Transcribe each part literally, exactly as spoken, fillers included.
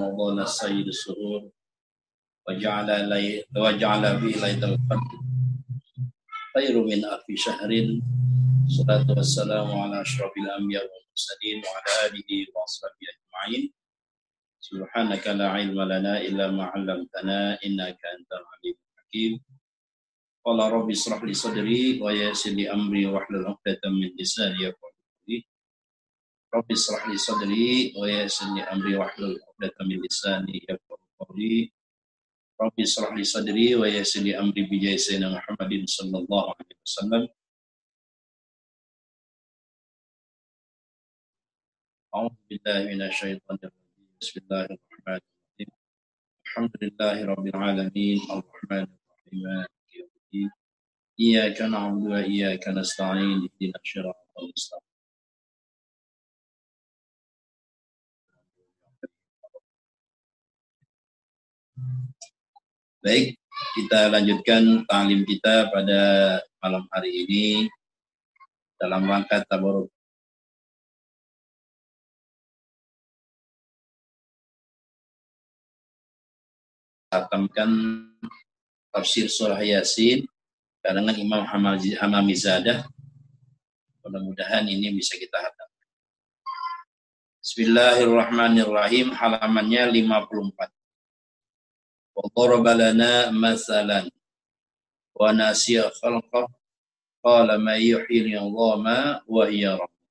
رمضان سيد السرور وجعل لي وجعل في ليلة القدر خير من ألف شهر. الصلاة والسلام على أشرف الأنبياء والمرسلين وعلى آله وأصحابه أجمعين. سبحانك لا علم لنا إلا ما علمتنا إنك أنت العليم الحكيم. قال رب اشرح لي صدري ويسر لي أمري واحلل عقدة من لساني يفقهوا قولي. رب اشرح لي صدري ويسر لي أمري واحلل عقدة من لساني يفقهوا قولي. رب اشرح لي صدري ويسر لي أمري بجاه سيدنا محمد صلى الله عليه وسلم. أعوذ بالله من الشيطان الرجيم. بسم الله الرحمن الرحيم. الحمد لله رب العالمين الرحمن الرحيم مالك يوم الدين. إياك نعبد وإياك نستعين اهدنا الصراط المستقيم. Baik, kita lanjutkan ta'lim kita pada malam hari ini dalam rangka tabarruk. Hatamkan tafsir surah Yasin karangan Imam Hamamizadah. Mudah-mudahan ini bisa kita hatam. Bismillahirrahmanirrahim. Halamannya lima puluh empat. Wa daraba lana mathalan wa nasiya khalqah qala ma yuhyil 'idhama wa hiya ramim.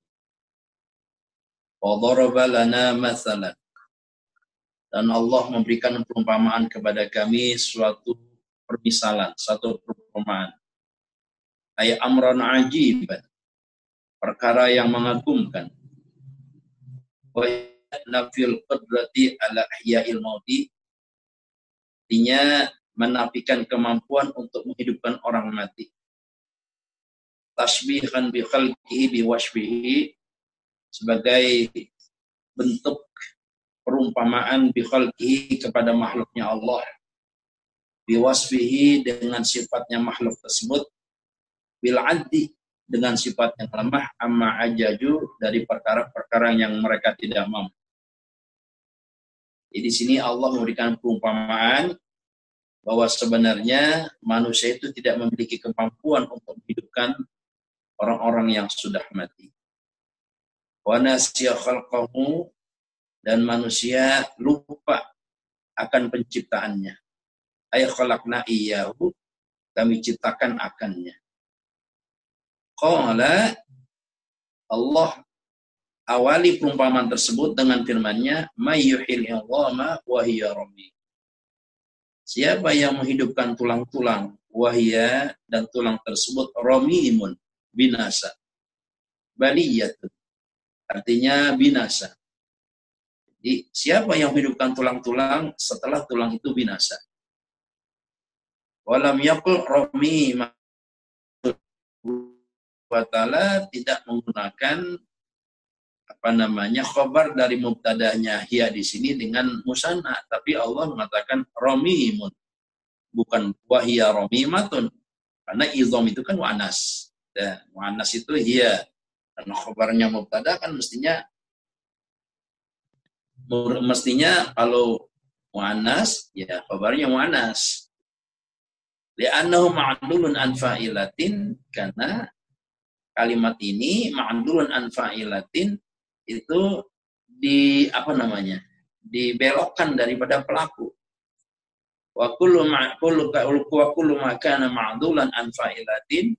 Wa daraba lana mathalan. Dan Allah memberikan perumpamaan kepada kami suatu permisalan, satu perumpamaan. Ay amran ajiban, perkara yang mengagumkan. Wa nafil qudrati ala ihya'il mauti, artinya menafikan kemampuan untuk menghidupkan orang mati. Tasbihan bi khalqihi bi wasbihi, sebagai bentuk perumpamaan bi khalqihi kepada makhluknya Allah, bi wasfihi dengan sifatnya makhluk tersebut, bil addi dengan sifat yang lemah, amma ajaju dari perkara-perkara yang mereka tidak mampu. Jadi di sini Allah memberikan perumpamaan bahwa sebenarnya manusia itu tidak memiliki kemampuan untuk menghidupkan orang-orang yang sudah mati. Wa nasiya khalqahu, dan manusia lupa akan penciptaannya. Ay khalaqna iyyahu, kami ciptakan akannya. Qala, Allah awali perumpamaan tersebut dengan firman-Nya, may yuhyil 'idhama wa hiya ramim. Siapa yang menghidupkan tulang-tulang, wahia, dan tulang tersebut ramimun, binasa. Baliyatun, artinya binasa. Jadi, siapa yang menghidupkan tulang-tulang setelah tulang itu binasa? Walam yaqul ramim, wa ta'ala tidak menggunakan apa namanya khabar dari mubtadanya hiya di sini dengan musanna, tapi Allah mengatakan ramimun, bukan wahia ramimatun, karena idham itu kan muannas. Ya, muannas itu hiya, dan khabarnya mubtada kan mestinya mestinya kalau muannas ya khabarnya muannas. Li'annahu ma'dulun an fa'ilatin, karena kalimat ini ma'dulun an fa'ilatin itu di apa namanya? dibelokkan daripada pelaku. Wa kullu ma kullu wa kullu ma kana ma'dulan an fa'ilatin,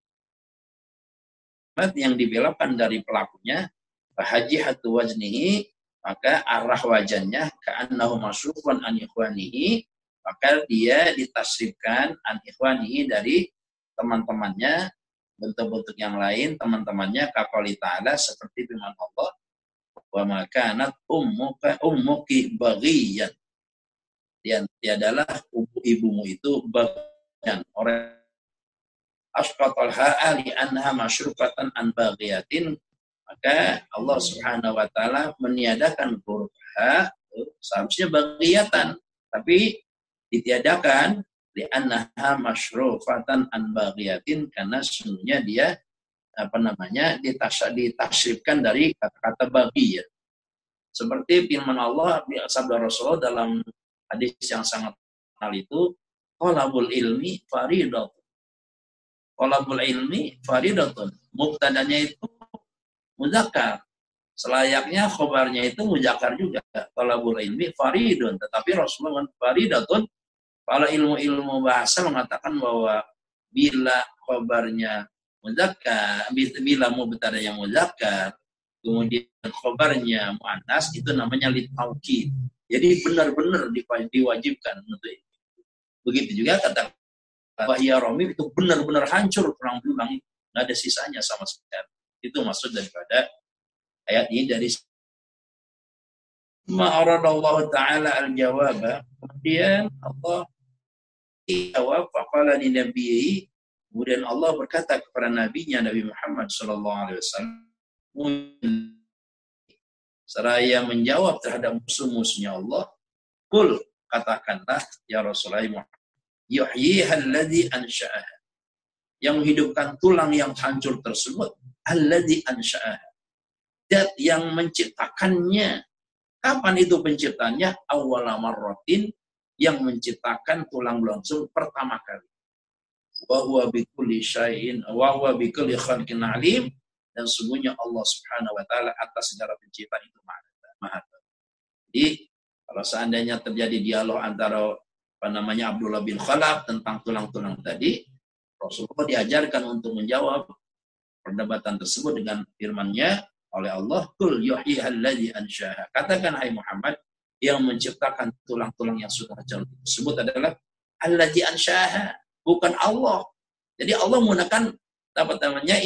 yang dibelokkan dari pelakunya, fahajihatu wajnihi, maka arah wajannya ka'annahu masrufun an ikhwanihi, maka dia ditasrifkan an ikhwanihi dari teman-temannya, bentuk-bentuk yang lain teman-temannya, kaqali ta'ala, seperti firman Allah, wa ma kanat ummuka ummuki baghiyan, dan tiadalah ibumu itu bagian orang asqatal ha'a li anha masyrufatan an baghiyatin, maka Allah Subhanahu wa taala meniadakan huruf ha, seharusnya baghiyatan, tapi ditiadakan li annaha masyrufatan an baghiyatin, karena sesungguhnya dia apa namanya ditasyrifkan dari kata-kata baghiyah. Seperti firman Allah, sabda Rasulullah dalam hadis yang sangat terkenal itu, talabul ilmi faridatun. Talabul ilmi faridatun. Mubtadanya itu muzakkar. Selayaknya khobarnya itu muzakkar juga. Talabul ilmi faridun. Tetapi Rasulullah faridatun, kalau ilmu-ilmu bahasa mengatakan bahwa bila khobarnya muzakkar, bila mubtadanya muzakkar, kemudian khobarnya muannas, itu namanya litaukid. Jadi benar-benar diwajibkan untuk itu. Begitu juga kata Wahya Romi itu benar-benar hancur tulang-tulang, nggak ada sisanya sama sekali. Itu maksud daripada ayat ini. Dari ma'aradallahu ta'ala al-jawab, kemudian Allah jawab, faqala li nabiyyi, kemudian Allah berkata kepada nabinya Nabi Muhammad sallallahu alaihi wasallam, seraya menjawab terhadap musuh-musuhnya Allah, kul, katakanlah ya Rasulullah, yuhyiha alladhi ansha'aha, yang menghidupkan tulang yang hancur tersebut, alladhi ansha'aha, dat yang menciptakannya. Kapan itu penciptanya? Awwala marratin, yang menciptakan tulang langsung pertama kali. Wa huwa bikulli syai'in wa huwa bikulli khalqin alim, dan sungguhnya Allah Subhanahu wa taala atas segala penciptaan itu Maha. Jadi kalau seandainya terjadi dialog antara apa namanya Abdullah bin Khalaf tentang tulang-tulang tadi, Rasulullah diajarkan untuk menjawab perdebatan tersebut dengan firman-Nya oleh Allah, kul yuhyihal ladzi ansyaha. Katakan hai Muhammad, yang menciptakan tulang-tulang yang sudah hancur tersebut adalah alladzi ansyaha, bukan Allah. Jadi Allah menggunakan apa namanya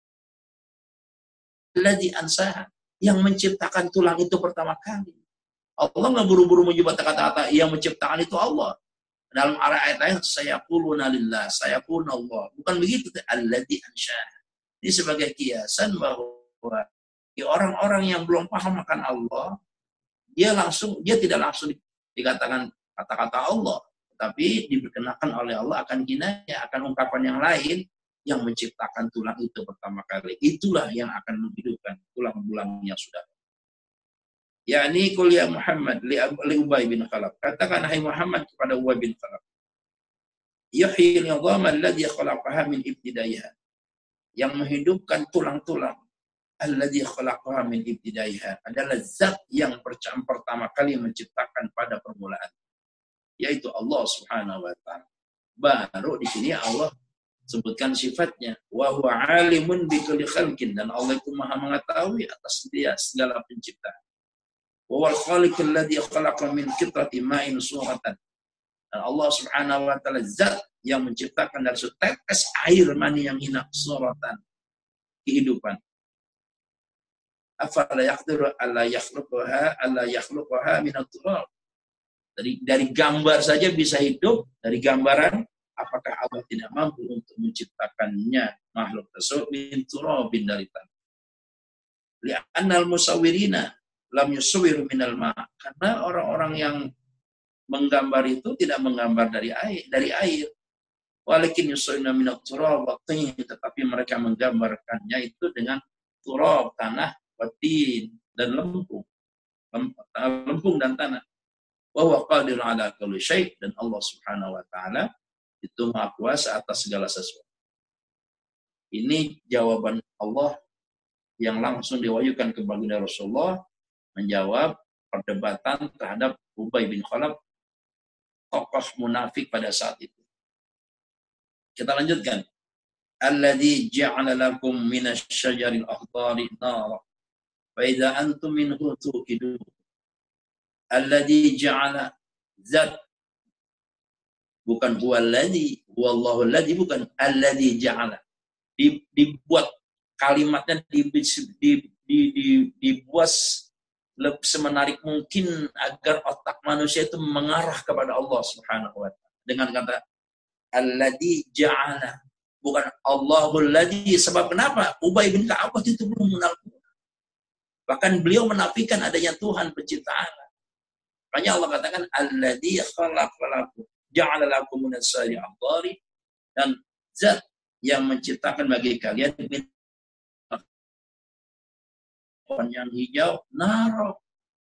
alladzi ansyaha, yang menciptakan tulang itu pertama kali. Allah nggak buru-buru menyebut kata-kata yang menciptakan itu Allah. Dalam ayat lain, sayaquluna lillah, sayaquluna Allah. Bukan begitu, alladzi ansyaha. Ini sebagai kiasan bahwa orang-orang yang belum paham akan Allah, dia langsung dia tidak langsung dikatakan kata-kata Allah, tapi diperkenakan oleh Allah akan kinayah, akan ungkapan yang lain, yang menciptakan tulang itu pertama kali. Itulah yang akan menghidupkan tulang-tulang yang sudah. yakni qul ya Muhammad li, li Ubay bin Khalaf, katakan hai Muhammad kepada Ubay bin Khalaf, yuhyi al-'idhama alladhi khalaqaha min ibtidaiha, yang menghidupkan tulang-tulang, alladhi khalaqaha min ibtidaiha, adalah zat yang pertama kali menciptakan pada permulaan, yaitu Allah Subhanahu wa taala. Baru di sini Allah sebutkan sifatnya, wa huwa 'alimun bi kulli khalqin, dan Allah itu Maha mengetahui atas dia segala penciptaan. Wa wal khaliqul ladzi khalaqa min qitrati ma'in suratan, dan Allah Subhanahu wa taala zat yang menciptakan dari setetes air mani yang hina, suratan, kehidupan. Afala yaqdiru alla yakhluqaha alla yakhluqaha min at-turab, dari dari gambar saja bisa hidup, dari gambaran, apakah Allah tidak mampu untuk menciptakannya makhluk tersebut min turabin, dari tanah. Li'annal musawwirina lam yusawwiru minal ma', karena orang-orang yang menggambar itu tidak menggambar dari air, dari air. Walakin yusawwiruna minat turab wa tin, tetapi mereka menggambarkannya itu dengan turab, tanah, wa tin, dan lempung, lempung dan tanah. Wa huwa qadirun ala kulli syai', dan Allah Subhanahu wa taala itu Maha Kuasa atas segala sesuatu. Ini jawaban Allah yang langsung diwahyukan kepada Rasulullah menjawab perdebatan terhadap Ubay bin Khalaf, tokoh munafik pada saat itu. Kita lanjutkan. Alladzi ja'ala lakum minasy syajaril akhdari nara fa idza antum minhu tuqidun. Alladzi ja'ala, zat, bukan huwallazi, huwallahu alladzi, bukan alladzi ja'ala. Dibuat kalimatnya di, di, di, di, dibuat semenarik mungkin agar otak manusia itu mengarah kepada Allah Subhanahu wa taala dengan kata alladzi ja'ala, bukan Allahul ladzi. Sebab kenapa? Ubay bin Ka'ab itu belum mengenal Tuhan. Bahkan beliau menafikan adanya Tuhan penciptaan. Makanya Allah katakan alladzi khalaqalakum ja'ala lakum minas sari amdari, dan zat yang menciptakan bagi kalian pohon yang hijau, naro,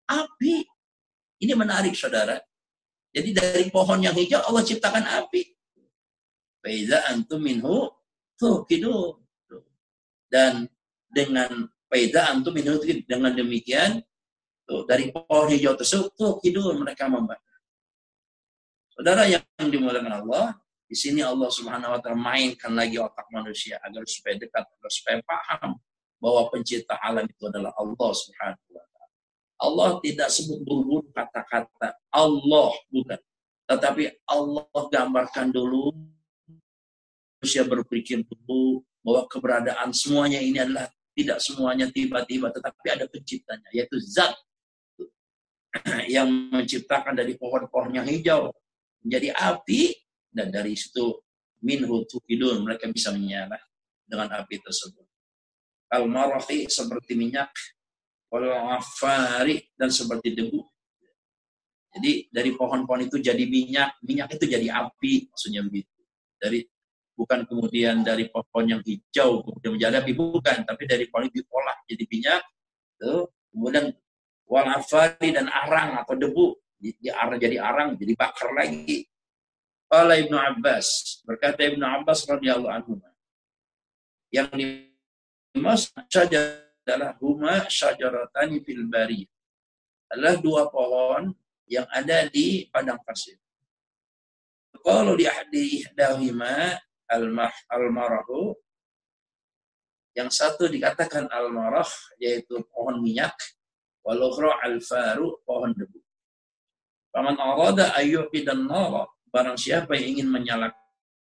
Api. Ini menarik, saudara. Jadi dari pohon yang hijau Allah ciptakan api. Faiza antum minhu tuqidun. Dan dengan faiza antum minhu tuqidun, dengan demikian tuh, dari pohon hijau tersebut tuqidun, mereka membakar. Saudara yang dimuliakan Allah, di sini Allah Subhanahu wa taala mainkan lagi otak manusia agar supaya dekat, agar supaya paham bahwa pencipta alam itu adalah Allah Subhanahu wa taala. Allah tidak sebut buru-buru kata-kata Allah, bukan. Tetapi Allah gambarkan dulu, manusia berpikir dulu bahwa keberadaan semuanya ini adalah tidak semuanya tiba-tiba, tetapi ada penciptanya, yaitu zat yang menciptakan dari pohon-pohon yang hijau menjadi api, dan dari situ minhu tuqidun, mereka bisa menyala dengan api tersebut. Al-marahi seperti minyak, wal afari dan seperti debu. Jadi dari pohon-pohon itu jadi minyak, minyak itu jadi api, maksudnya begitu. Dari bukan kemudian dari pohon yang hijau kemudian menjadi api, bukan, tapi dari pohon itu diolah jadi minyak, tuh, kemudian wal afari dan arang atau debu, jadi arang, jadi bakar lagi. Qala Ibnu Abbas, berkata Ibnu Abbas radhiyallahu anhu, yang dimaksud adalah huma syajaratani fil bari, adalah dua pohon yang ada di padang pasir. Kalau di ahdi ihdahima al-marahu, yang satu dikatakan al-marah, yaitu pohon minyak, wal ukhra al-faru, pohon debu. Faman arada ayyuqidan nar, barang siapa yang ingin menyalakan,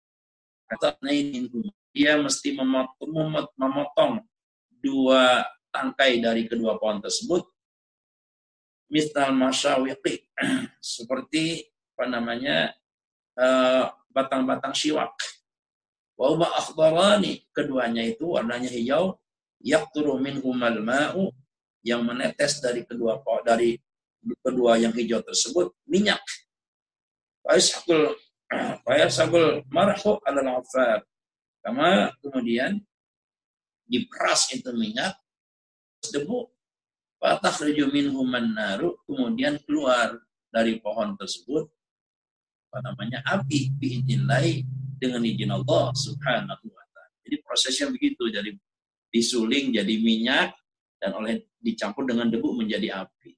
dia mesti memotong, memotong dua tangkai dari kedua pohon tersebut, misal masyawiqi, seperti apa namanya, uh, batang-batang siwak. Wa huma akhdarani, keduanya itu warnanya hijau, yaqturu minhumal ma'u, yang menetes dari kedua dari kedua yang hijau tersebut minyak. Faisakul faisakul marhu alal afar, kama kemudian diperas itu minyak debu, fatakhriju minhuman naru, kemudian keluar dari pohon tersebut apa namanya api biidznillah, dengan izin Allah Subhanahu wa taala. Jadi prosesnya begitu, dari disuling jadi minyak dan oleh dicampur dengan debu menjadi api.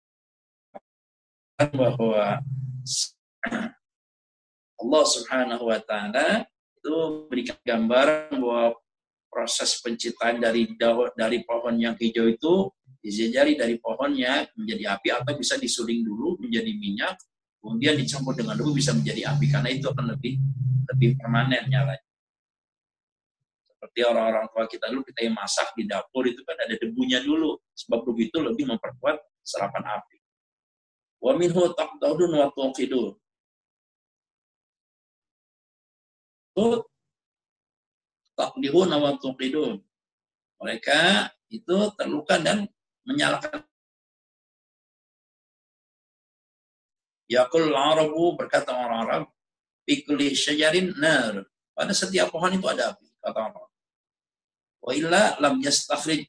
Bahwa Allah Subhanahu wa taala itu berikan gambaran bahwa proses penciptaan dari daun dari pohon yang hijau itu bisa jadi dari pohonnya menjadi api, atau bisa disuling dulu menjadi minyak, kemudian dicampur dengan debu bisa menjadi api, karena itu akan lebih lebih permanen nyalanya. Seperti orang-orang tua kita dulu, kita yang masak di dapur itu kan ada debunya dulu, sebab debu itu lebih memperkuat serapan api. Wa minhu taqdadun wa tuqidun. Taqdihun wa tuqidun. Mereka itu terluka dan menyalakan. Yaqul Arabu, berkata orang Arab, fi kulli syajarin nar, pada setiap pohon itu ada api, kata orang. Wa illa lam yastakhrij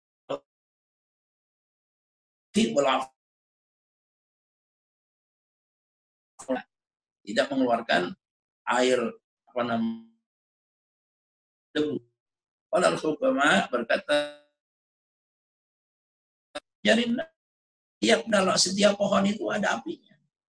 tidak mengeluarkan air apa namanya debu. Walal hukama, berkata jarin, tiap dalam setiap pohon itu ada apinya.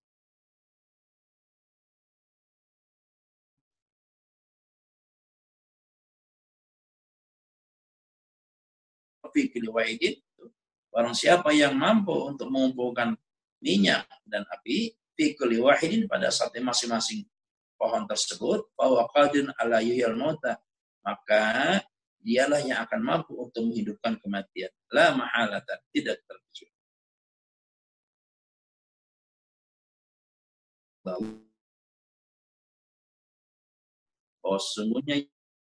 Fikri wahidin, barang siapa yang mampu untuk mengumpulkan minyak dan api, fikri wahidin, pada saat masing-masing pohon tersebut, bahwa qadirun ala yuhyil mauta, maka dialah yang akan mampu untuk menghidupkan kematian. La mahalatan, tidak terkecuali. Oh, sungguhnya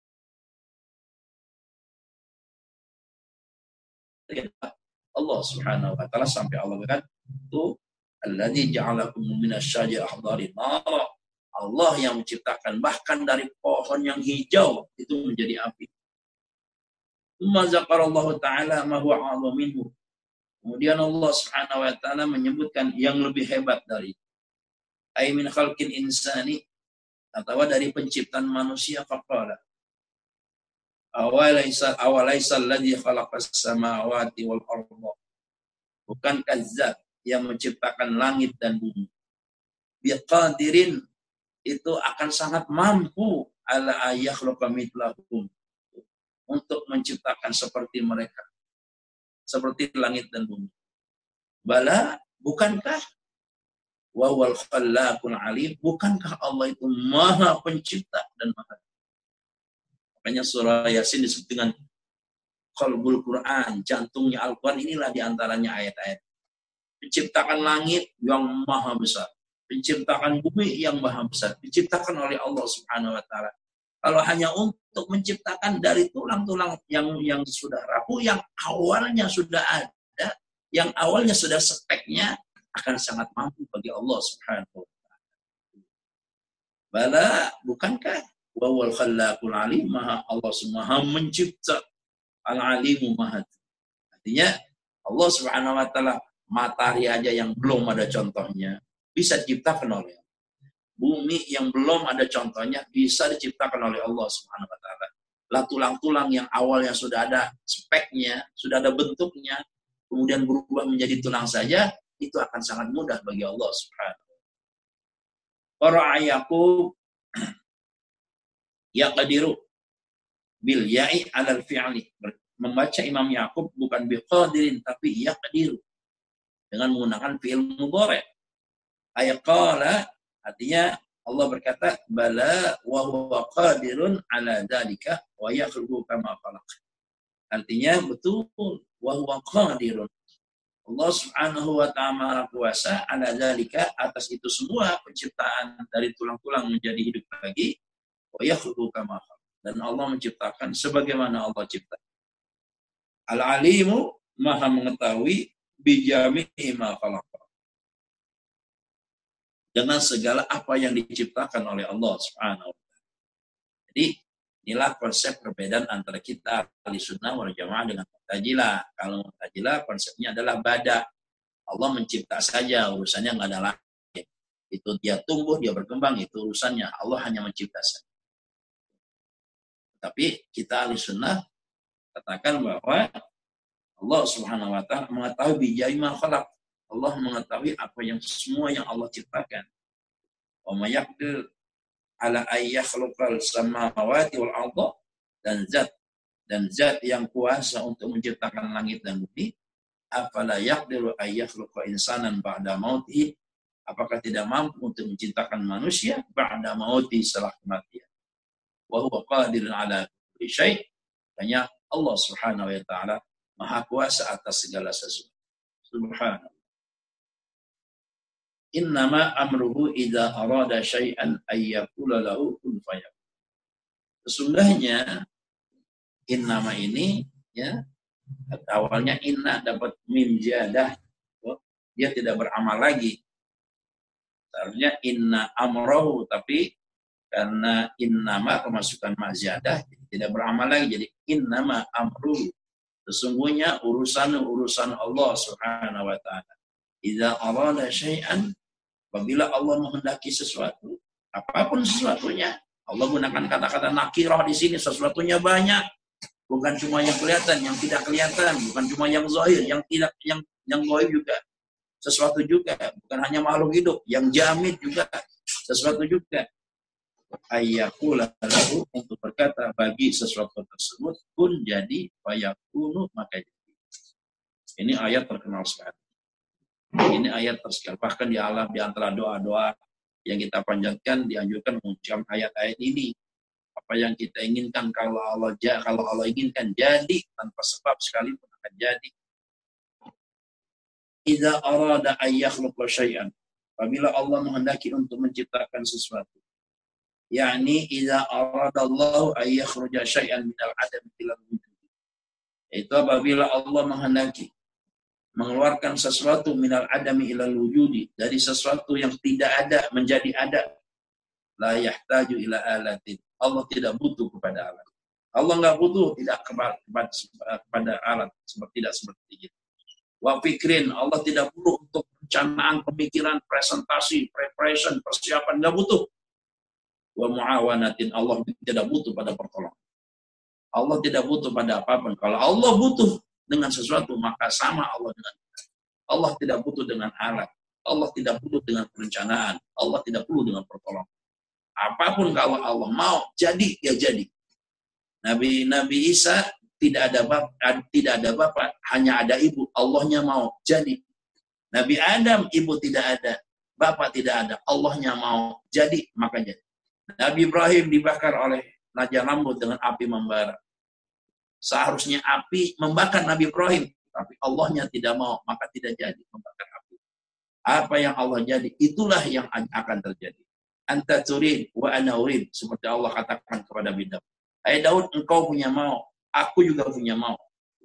Allah Subhanahu wa taala, sampai Allah berkata, itu alladzi ja'alakum minasyajari akhdari nar, Allah yang menciptakan bahkan dari pohon yang hijau itu menjadi api. Tsumma zakarallahu ta'ala ma huwa 'azam minhu, Kemudian Allah Subhanahu wa taala menyebutkan yang lebih hebat dari ay min khalqin insani, atau dari penciptaan manusia, faqala awalaisa awalaisa alladhi khalaqas samawati wal arda, bukankah zat yang menciptakan langit dan bumi, biqadirin, itu akan sangat mampu, ala ayakhluqa mithlahum, untuk menciptakan seperti mereka, seperti langit dan bumi. Bala, bukankah, wa wal khallaqul alim, bukankah Allah itu maha pencipta dan maha. Makanya surah Yasin disebut dengan qalbul Quran, jantungnya Al-Quran. Inilah diantaranya ayat-ayat. Menciptakan langit yang maha besar, menciptakan bumi yang maha besar, diciptakan oleh Allah Subhanahu wa taala. Kalau hanya untuk menciptakan dari tulang-tulang yang yang sudah rapuh, yang awalnya sudah ada, yang awalnya sudah speknya, akan sangat mampu bagi Allah Subhanahu wa taala. Bala, bukankah wa wal khallaqul alim, maha Allah Maha mencipta, al-alimu maha. Artinya Allah Subhanahu wa taala, matahari aja yang belum ada contohnya bisa diciptakan oleh Allah. Bumi yang belum ada contohnya bisa diciptakan oleh Allah Subhanahu wa taala. Lah tulang-tulang yang awalnya sudah ada speknya, sudah ada bentuknya, kemudian berubah menjadi tulang saja, itu akan sangat mudah bagi Allah Subhanahu wa taala. Qara'a Yaqub yaqdiru bil ya'i 'alal fi'li. Membaca Imam Yaqub bukan biqadirin tapi yaqdiru, dengan menggunakan fi'il mudhari'. Ayaqala, artinya Allah berkata, bala wa huwa qadirun ala dzalika wa yakhluqu kama khalaq. Artinya betul, wa huwa qadirun. Allah Subhanahu wa ta'ala kuasa ala dzalika, atas itu semua penciptaan dari tulang-tulang menjadi hidup lagi, wa yakhluqu kama khalaq. Dan Allah menciptakan sebagaimana Allah cipta. Al-alimu, maha mengetahui, bijami'i ma khalaq, dengan segala apa yang diciptakan oleh Allah Subhanahu wa taala. Jadi inilah konsep perbedaan antara kita ahli sunnah wal jamaah dengan Mu'tazilah. Kalau Mu'tazilah konsepnya adalah bada. Allah mencipta saja, urusannya nggak ada lain. Itu dia tumbuh, dia berkembang, itu urusannya. Allah hanya mencipta saja. Tapi kita ahli sunnah katakan bahwa Allah Subhanahu wa taala mengetahui bijai ma khalaq. Allah mengetahui apa yang semua yang Allah ciptakan. Wa may yaqdir ala ay yakhluqal samawati wal arda, dan zat dan zat yang kuasa untuk menciptakan langit dan bumi. Afala yaqdiru ay yakhluqa insanan ba'da mautihi, apakah tidak mampu untuk menciptakan manusia ba'da mauti, setelah kematian. Wa huwa qadirun ala kulli syai', hanya Allah Subhanahu wa taala maha kuasa atas segala sesuatu. Subhanallah. Innama amruhu idza arada syai'an ay yaqula lahu kun fayakun. Sesungguhnya innama ini, ya, awalnya inna dapat mim ziyadah, dia tidak beramal lagi. Seharusnya inna amrahu, tapi karena innama kemasukan ma ziyadah tidak beramal lagi, jadi innama amruhu. Sesungguhnya urusan-urusan Allah Subhanahu wa taala. Idza arada syai'an, apabila Allah menghendaki sesuatu, apapun sesuatunya, Allah gunakan kata-kata nakirah di sini, sesuatunya banyak, bukan cuma yang kelihatan, yang tidak kelihatan, bukan cuma yang zahir, yang tidak, yang yang gaib juga, sesuatu juga, bukan hanya makhluk hidup, yang jamid juga, sesuatu juga. Ayyakula lahu, untuk berkata bagi sesuatu tersebut, kun jadi, fayakunu maka jadi. Ini ayat terkenal sekali. Ini ayat tersekal. Bahkan di alam, di antara doa-doa yang kita panjatkan, dianjurkan mengucapkan ayat-ayat ini. Apa yang kita inginkan, kalau Allah kalau Allah inginkan jadi, tanpa sebab sekalipun akan jadi. Idza arada ay yakhluqa syai'an, apabila Allah menghendaki untuk menciptakan sesuatu. yakni idza arada Allah ay yakhruja syai'an minal adam ila wujud. Itu apabila Allah menghendaki mengeluarkan sesuatu minal adami ilal wujudi, dari sesuatu yang tidak ada menjadi ada. La yahtaju ila alatin, Allah tidak butuh kepada alat. Allah enggak butuh tidak kepada, kepada alat, seperti tidak seperti itu. Wa fikrin, Allah tidak butuh untuk perencanaan, pemikiran, presentasi, preparation, persiapan, tidak butuh. Wa muawanatin, Allah tidak butuh pada pertolongan. Allah tidak butuh pada apapun. Kalau Allah butuh dengan sesuatu, maka sama Allah dengan kita. Allah tidak butuh dengan alat. Allah tidak butuh dengan perencanaan. Allah tidak perlu dengan pertolongan. Apapun kalau Allah mau, jadi ya jadi. Nabi Nabi Isa tidak ada bapak, tidak ada bapak, hanya ada ibu. Allahnya mau, jadi. Nabi Adam, ibu tidak ada, bapak tidak ada. Allahnya mau, jadi, maka jadi. Nabi Ibrahim dibakar oleh Raja Namrud dengan api membara. Seharusnya api membakar Nabi Ibrahim, tapi Allahnya tidak mau, maka tidak jadi membakar api. Apa yang Allah jadi, itulah yang akan terjadi. Anta turid wa ana urid, seperti Allah katakan kepada Nabi Daud. Hai Daud, engkau punya mau, aku juga punya mau.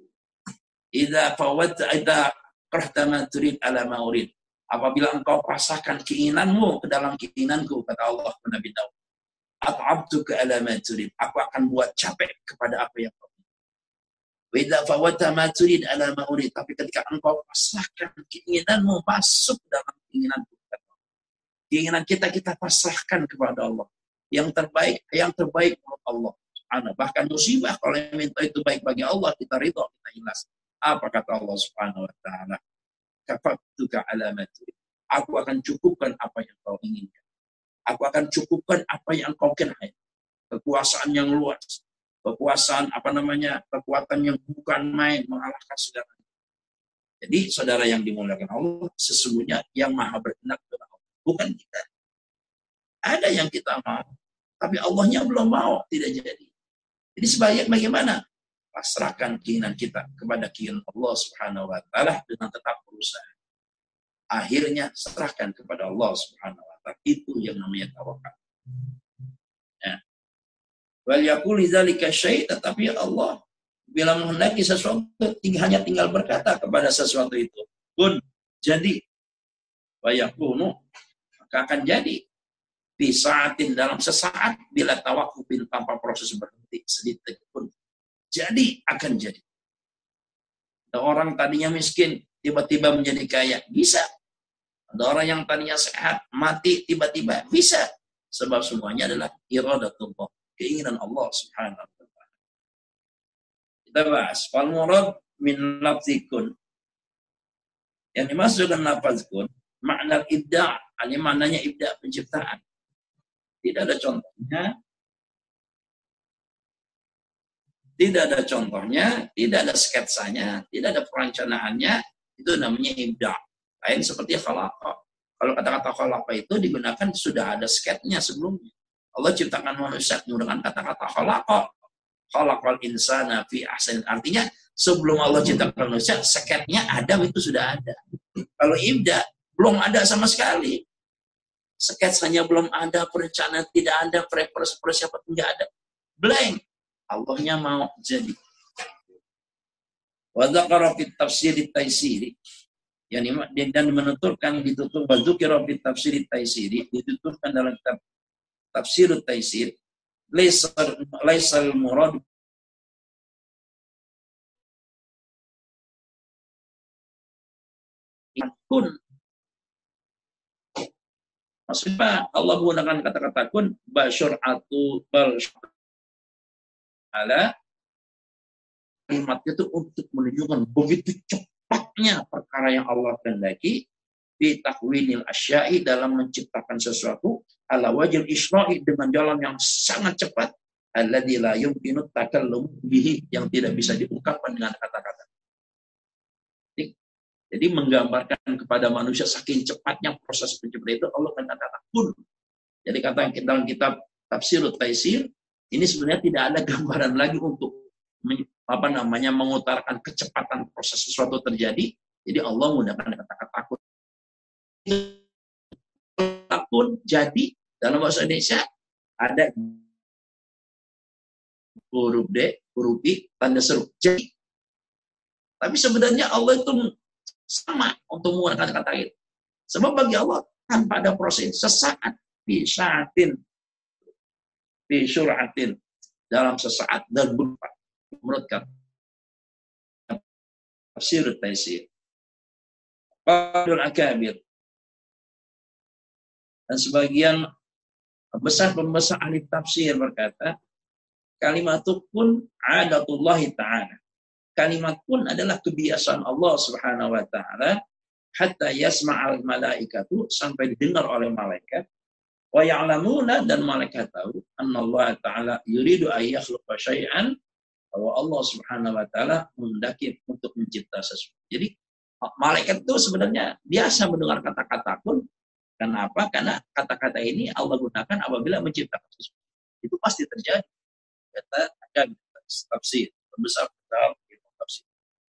Idza fawwadta idza qarahta ma turid ala ma urid. Apabila engkau pasahkan keinginanmu ke dalam keinginanku, kata Allah kepada Nabi Daud. At'abtuka ala ma turid. Aku akan buat capek kepada apa yang kau inginkan. Wa idza fawwadta ma turid ala ma urid. Tapi ketika engkau pasahkan keinginanmu masuk dalam keinginanku, keinginan kita kita pasrahkan kepada Allah. Yang terbaik, yang terbaik menurut Allah. Bahkan musibah kalau yang minta itu baik bagi Allah, kita ridho, kita ikhlas. Apa kata Allah Subhanahu wa taala? Kafatuka alamati. Aku akan cukupkan apa yang kau inginkan. Aku akan cukupkan apa yang kau kenai. Kekuasaan yang luas, kekuasaan apa namanya? Kekuatan yang bukan main, mengalahkan segala. Jadi saudara yang dimuliakan Allah, sesungguhnya yang maha berkehendak adalah Allah, bukan kita. Ada yang kita mau, tapi Allahnya belum mau, tidak jadi. Jadi sebaik bagaimana? Pasrahkan keinginan kita kepada keinginan Allah Subhanahu wa taala dengan tetap berusaha. Akhirnya serahkan kepada Allah Subhanahu wa taala. Itu yang namanya tawakal. Ya. Wal yaqul lidzalika syai', tetapi Allah bila menghendaki sesuatu hanya tinggal berkata kepada sesuatu itu, kun, jadi. Wa yakunu, maka akan jadi. Di saatin, dalam sesaat, bila tawakufin, tanpa proses berhenti sedikit pun, jadi akan jadi. Ada orang tadinya miskin tiba-tiba menjadi kaya, bisa. Ada orang yang tadinya sehat mati tiba-tiba, bisa. Sebab semuanya adalah iradatullah, keinginan Allah Subhanahu wa taala. Kita bahas fal murad min lafzikun, yang dimaksud dengan lafazkun makna ibda', ini maknanya ibda', penciptaan. Tidak ada contohnya, tidak ada contohnya, tidak ada sketsanya, tidak ada perencanaannya, itu namanya ibda'. Lain seperti khalaqa. Kalau kata-kata khalaqa itu digunakan sudah ada sketsnya sebelumnya. Allah ciptakan manusia menggunakan kata-kata khalaqa. Khalaqal insana fi ahsanin. Artinya sebelum Allah ciptakan manusia, sketsnya Adam itu sudah ada. Kalau ibda' belum ada sama sekali. Sketsanya belum ada, perencanaan tidak ada, persiapan tidak ada. Blank. Allahnya mau jadi. Wa dzakara fi tafsir at-taisiri, yani dan menuturkan ditutur wa dzukira fi tafsir at-taisiri, dituturkan dalam kitab tafsir at-taisir, laisa laisal murad kun. Maksudnya Allah menggunakan kata-kata kun basyaratu bal ala, kalimat itu untuk menunjukkan begitu cepatnya perkara yang Allah kehendaki di takwinil asya'i, dalam menciptakan sesuatu ala wajil isra'i, dengan jalan yang sangat cepat, alladzi la yumkinu takallum bihi, yang tidak bisa diungkapkan dengan kata-kata. Jadi menggambarkan kepada manusia saking cepatnya proses penciptaan itu, Allah kata-kata kun. Jadi kata dalam kitab Tafsirut Taisir, ini sebenarnya tidak ada gambaran lagi untuk apa namanya mengutarakan kecepatan proses sesuatu terjadi. Jadi Allah menggunakan kata-kata kun. Kun jadi dalam bahasa Indonesia ada huruf D, huruf I, tanda seru. Jadi. Tapi sebenarnya Allah itu sama untuk menggunakan kata itu. Sebab bagi Allah tanpa ada proses, sesaat, bisaatin, bisyuratin, dalam sesaat dan berupa. Menurut kata Tafsir Taisir. Qadul akabir. Dan sebagian besar pembesar ahli tafsir berkata, kalimat itu pun adatullahi ta'ala. Kalimat pun adalah kebiasaan Allah Subhanahu wa taala, hatta yasma'al malaikatu, sampai didengar oleh malaikat, wa ya'lamuna, dan malaikat tahu, annallaha ta'ala yuridu ay yakhluqa syai'an, bahwa Allah Subhanahu wa taala menghendaki untuk mencipta sesuatu. Jadi malaikat itu sebenarnya biasa mendengar kata-kata pun. Kenapa? Karena kata-kata ini Allah gunakan apabila menciptakan sesuatu. Itu pasti terjadi. Kata akan tafsir terbesar dalam ilmu tafsir.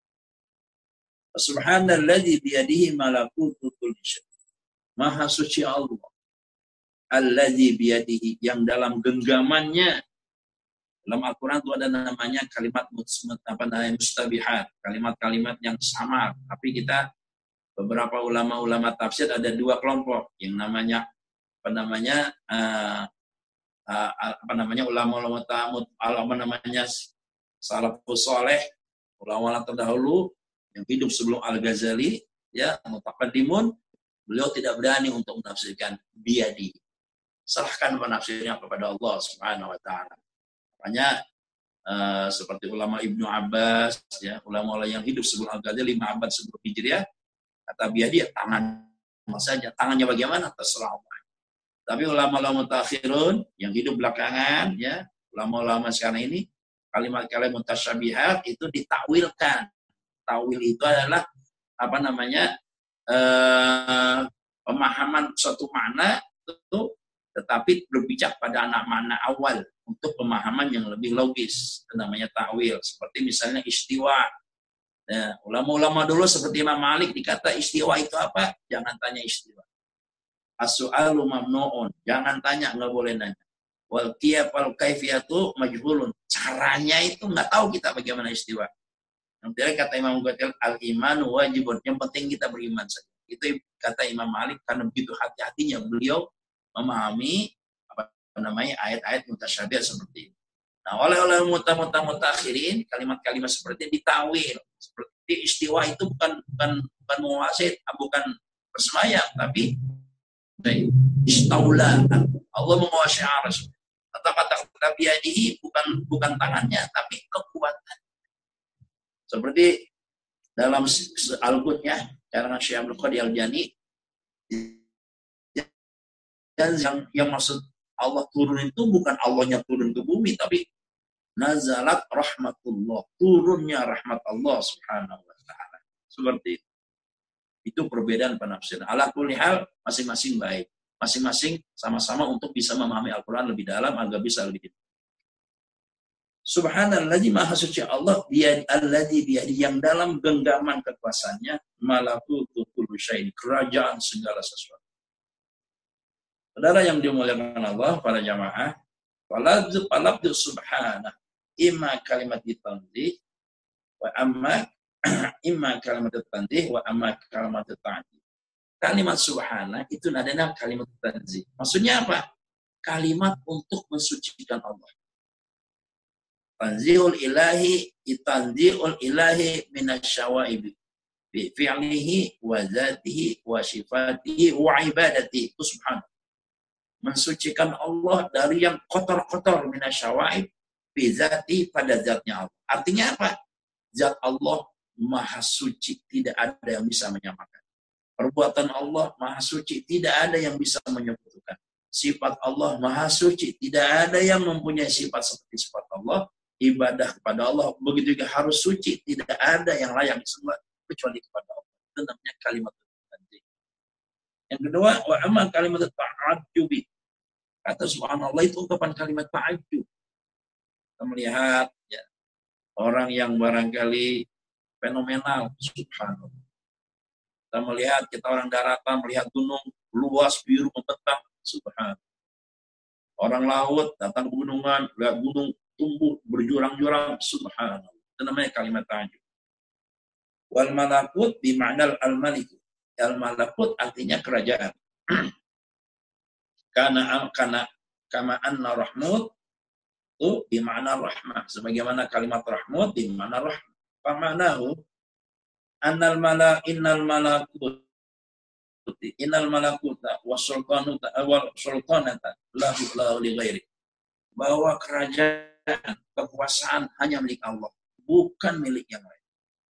Subhanalladzi biyadihi malakutu kulli syai'. Maha suci Allah. Alladzi biyadihi, yang dalam genggamannya. Dalam Al-Quran itu ada namanya kalimat apa namanya mustabihat, kalimat-kalimat yang samar. Tapi kita beberapa ulama-ulama tafsir ada dua kelompok yang namanya apa namanya uh, uh, apa namanya ulama-ulama ta'amud, apa namanya salafus saleh, ulama terdahulu yang hidup sebelum Al-Ghazali, ya, mutaqaddimun, beliau tidak berani untuk menafsirkan biyadi. Serahkan penafsirnya kepada Allah Subhanahu wa taala. Makanya uh, seperti ulama Ibnu Abbas, ya, ulama-ulama yang hidup sebelum Al-Ghazali lima abad sebelum Hijriah, kata biyadi ya tangan saja. Tangannya bagaimana? Terserah Allah. Tapi ulama-ulama mutakhirun yang hidup belakangan, ya, ulama-ulama sekarang ini, kalimat-kalimat mutasyabihat itu ditakwilkan. Tawil itu adalah apa namanya eh, pemahaman suatu makna itu, tetapi berbicara pada anak makna awal untuk pemahaman yang lebih logis. Itu namanya takwil. Seperti misalnya istiwa. Nah, ulama-ulama dulu seperti Imam Malik dikata istiwa itu apa? Jangan tanya istiwa. As-su'alu mamnu'un. Jangan tanya, nggak boleh nanya. Wal kiyaf wal kaifiyatu majhulun. Caranya itu nggak tahu kita bagaimana istiwa. Yang terakhir kata Imam Ghazali, al-imanu wajibun. Yang penting kita beriman saja. Itu kata Imam Malik, karena begitu hati-hatinya beliau memahami apa namanya ayat-ayat mutasyabih seperti ini. Nah, oleh-oleh muta-muta mutakhirin, kalimat-kalimat seperti ini ditawil. Seperti istiwa itu bukan bukan bukan menguasai, bukan bersemayam, tapi istaula. Allah menguasai arsy. Kata-kata biyadihi bukan bukan tangannya, tapi kekuatan. Seperti dalam Al-Qudnya, karangan Syekh Abdul Qadir Al-Jani, dan yang yang maksud Allah turun itu bukan Allahnya turun ke bumi, tapi nazalat rahmatullah, turunnya rahmat Allah Subhanahu wa taala. Seperti itu. Itu perbedaan penafsiran. Ala kulli hal masing-masing baik. Masing-masing sama-sama untuk bisa memahami Al-Qur'an lebih dalam agar bisa lebih dekat. Subhanalladzi maha suci Allah biyadi alladzi biyadi, yang dalam genggaman kekuasaannya malakutu kulli syai', kerajaan segala sesuatu. Saudara yang dimuliakan Allah, para jamaah, falabdu falabdu subhanah, imma kalimat tanzih wa amma imma kalimat tanzih wa amma kalimat ta'zim. Kalimat subhanah itu adalah kalimat tanzih. Maksudnya apa? Kalimat untuk mensucikan Allah. Tanzihul ilahi, tanzihul ilahi minasyawaib bi fi'lihi wa zatihi wa sifatihi wa ibadatihi. Itu subhanah. Mensucikan Allah dari yang kotor-kotor minasyawaib bi zati, pada zatnya Allah. Artinya apa? Zat Allah maha suci, tidak ada yang bisa menyamakan. Perbuatan Allah maha suci, tidak ada yang bisa menyekutukan. Sifat Allah maha suci, tidak ada yang mempunyai sifat seperti sifat Allah. Ibadah kepada Allah begitu juga harus suci, tidak ada yang layak disembah kecuali kepada Allah. Itu namanya kalimat tanzih. Yang kedua, wa amma kalimat ta'ajjubi. Kata subhanallah itu ungkapan kalimat ta'ajjub. Kita melihat, ya, orang yang barangkali fenomenal, subhanallah. Kita melihat, kita orang daratan melihat gunung luas biru membentang, subhanallah. Orang laut datang ke gunungan, lihat gunung tumbuh berjurang-jurang, subhanallah. Itu namanya kalimat ta'ajjub. Wal malakut bima'nal al-malik. Al-malakut artinya kerajaan. Karena karena kama anna rahmut itu bima'na rahmah. Sebagaimana kalimat rahmut bima'na rahmah. Pamanahu annal mala innal malakut Innal malakuta wasultanuta wal sultanata lahu lahu li ghairi. Bahwa kerajaan, kekuasaan hanya milik Allah, bukan milik yang lain.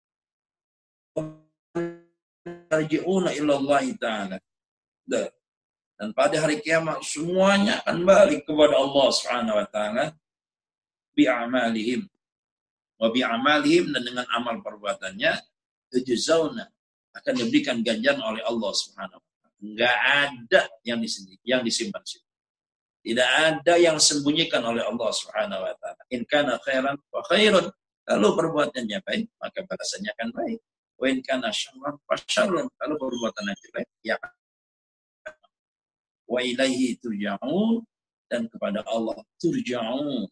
Tarji'una ilallah ta'ala. Dan pada hari kiamat semuanya akan balik kepada Allah Subhanahu wa taala bi'amalihim wa bi'amalihim, dan dengan amal perbuatannya tujzauna, akan diberikan ganjaran oleh Allah Subhanahu wa taala. Enggak ada yang disimpan, yang disimpan. Tidak ada yang disembunyikan oleh Allah Subhanahu wa taala. In kana khairan fa khairun. Kalau perbuatannya baik, maka balasannya akan baik. Wa in kana syarran fa syarrun. Kalau perbuatannya jelek, ya wa ilaihi turja'un, dan kepada Allah turja'un.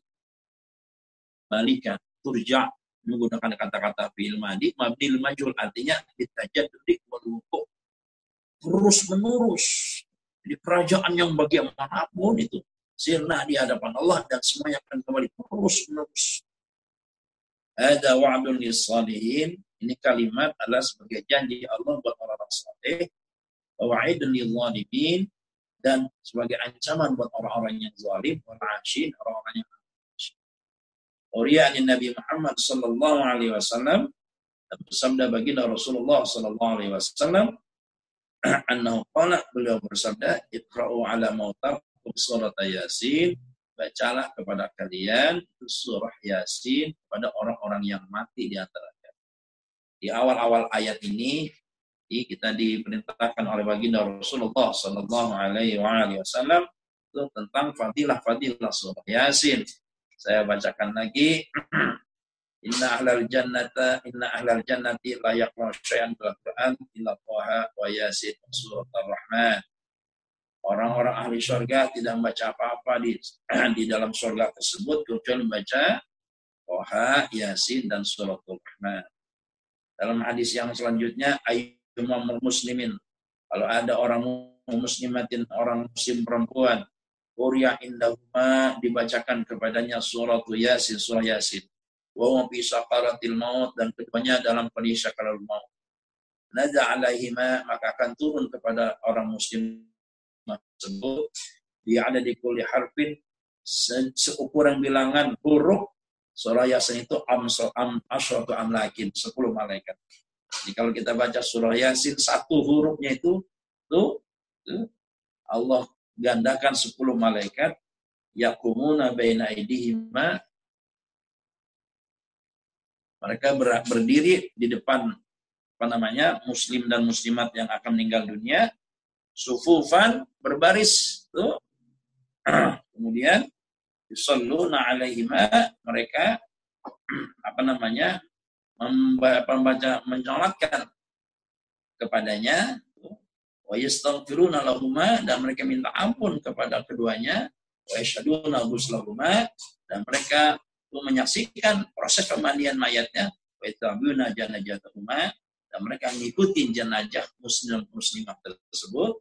Balikan, turja' menggunakan kata-kata fi'il madhi mabnil majhul, artinya bitajaddudi wal wuqu', terus menerus. Jadi kerajaan yang bagaimanapun itu sirna di hadapan Allah dan semuanya akan kembali terus menerus. Ada wa'dun lis-salihin, ini kalimat adalah sebagai janji Allah buat orang-orang saleh, wa wa'idun lil-zalimin, dan sebagai ancaman buat orang-orang yang zalim, wal 'ashin, orang-orang yang Uriyanin Nabi Muhammad sallallahu alaihi wasallam, bersabda baginda Rasulullah sallallahu alaihi wasallam, annahu qala, beliau bersabda, iqra'u ala mautakum surat Yasin, bacalah kepada kalian surah Yasin kepada orang-orang yang mati di antara kalian. Di awal-awal ayat ini kita diperintahkan oleh baginda Rasulullah sallallahu alaihi wasallam itu tentang fadilah-fadilah surah Yasin. Saya bacakan lagi. Inna ahlal jannata inna ahlal jannati la yaqra'u syai'an bil Qur'an illa Taha wa Yasin surat Ar-Rahman. Orang-orang ahli surga tidak membaca apa-apa di di dalam surga tersebut kecuali membaca Taha, Yasin, dan surat Ar-Rahman. Dalam hadis yang selanjutnya, ayyumul muslimin, kalau ada orang muslimatin, orang muslim perempuan, Qurya indahuma, dibacakan kepadanya surat Yasin, surah Yasin. Wa hum fi sakaratil maut, dan keduanya dalam kondisi sakaratul maut. Nada alaihima, maka akan turun kepada orang muslim tersebut bi adadi kulli harfin, seukuran bilangan huruf surah Yasin itu am am asyratu amlakin, sepuluh malaikat. Jadi kalau kita baca surah Yasin satu hurufnya itu tuh, tuh Allah gandakan sepuluh malaikat, yakumuna baina aidihima, mereka ber, berdiri di depan apa namanya muslim dan muslimat yang akan meninggal dunia, sufufan, berbaris tuh. Kemudian yusalluna alaihima, mereka apa namanya membaca, menyolatkan kepadanya, wa yastaghfiruna lahuma, dan mereka minta ampun kepada keduanya, wa yashhaduna ghuslahuma, dan mereka menyaksikan proses pemandian mayatnya, wa yatabuna janazatahuma, dan mereka mengikuti jenazah muslim muslimah tersebut.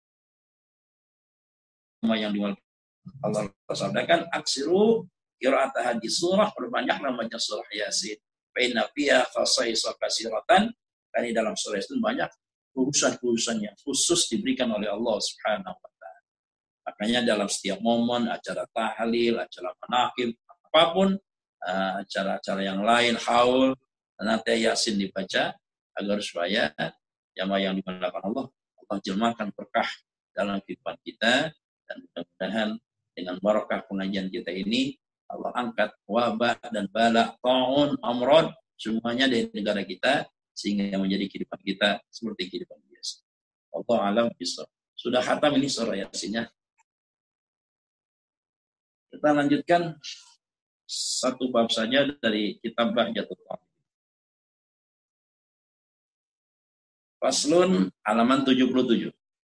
Yang dimulai Allah sabdakan, aksiru qira'at hadis surah, perbanyaklah membaca surah Yasin, fa inna fiha khasaisa katsiratan, karena dalam surah itu banyak urusan-urusan yang khusus diberikan oleh Allah Subhanahu wa taala. Makanya dalam setiap momen, acara tahlil, acara manaqib, apapun, acara-acara yang lain, haul, nanti Yasin dibaca agar supaya jamaah yang dimuliakan Allah, Allah jemahkan berkah dalam kehidupan kita, dan mudah-mudahan dengan barakah pengajian kita ini Allah angkat wabah dan bala, ta'un, amrod, semuanya dari negara kita, sehingga menjadi kehidupan kita seperti kehidupan biasa. Allah alam bisa. Sudah khatam ini surah Yasinnya. Kita lanjutkan satu bab saja dari kitab Bahjatul Talib. Faslun halaman tujuh puluh tujuh.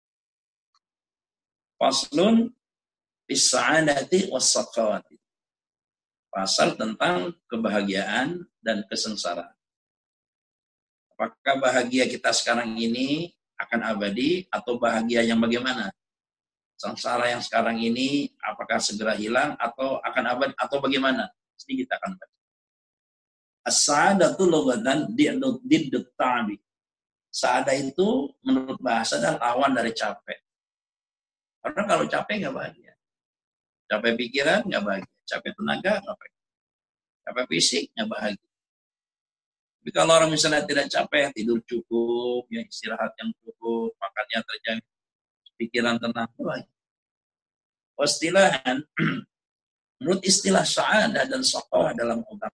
Faslun bis-sa'adati was-saqawati. Pasal tentang kebahagiaan dan kesengsaraan. Apakah bahagia kita sekarang ini akan abadi atau bahagia yang bagaimana? Sengsara yang sekarang ini apakah segera hilang atau akan abadi atau bagaimana? Jadi kita akan baca. As-sa'adatu lughatan diddut ta'bi. Saada itu menurut bahasa adalah lawan dari capek. Karena kalau capek nggak bahagia. Capek pikiran nggak bahagia. Capek tenaga nggak bahagia. Capek fisik nggak bahagia. Tapi kalau orang misalnya tidak capek, tidur cukup, ya istirahat yang cukup, makannya terjaga, pikiran tenang, bahagia. Istilahan, menurut istilah sa'adah dan saqawah dalam agama,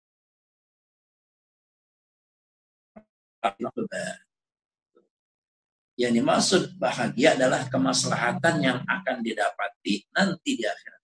yang dimaksud bahagia adalah kemaslahatan yang akan didapati nanti di akhirat.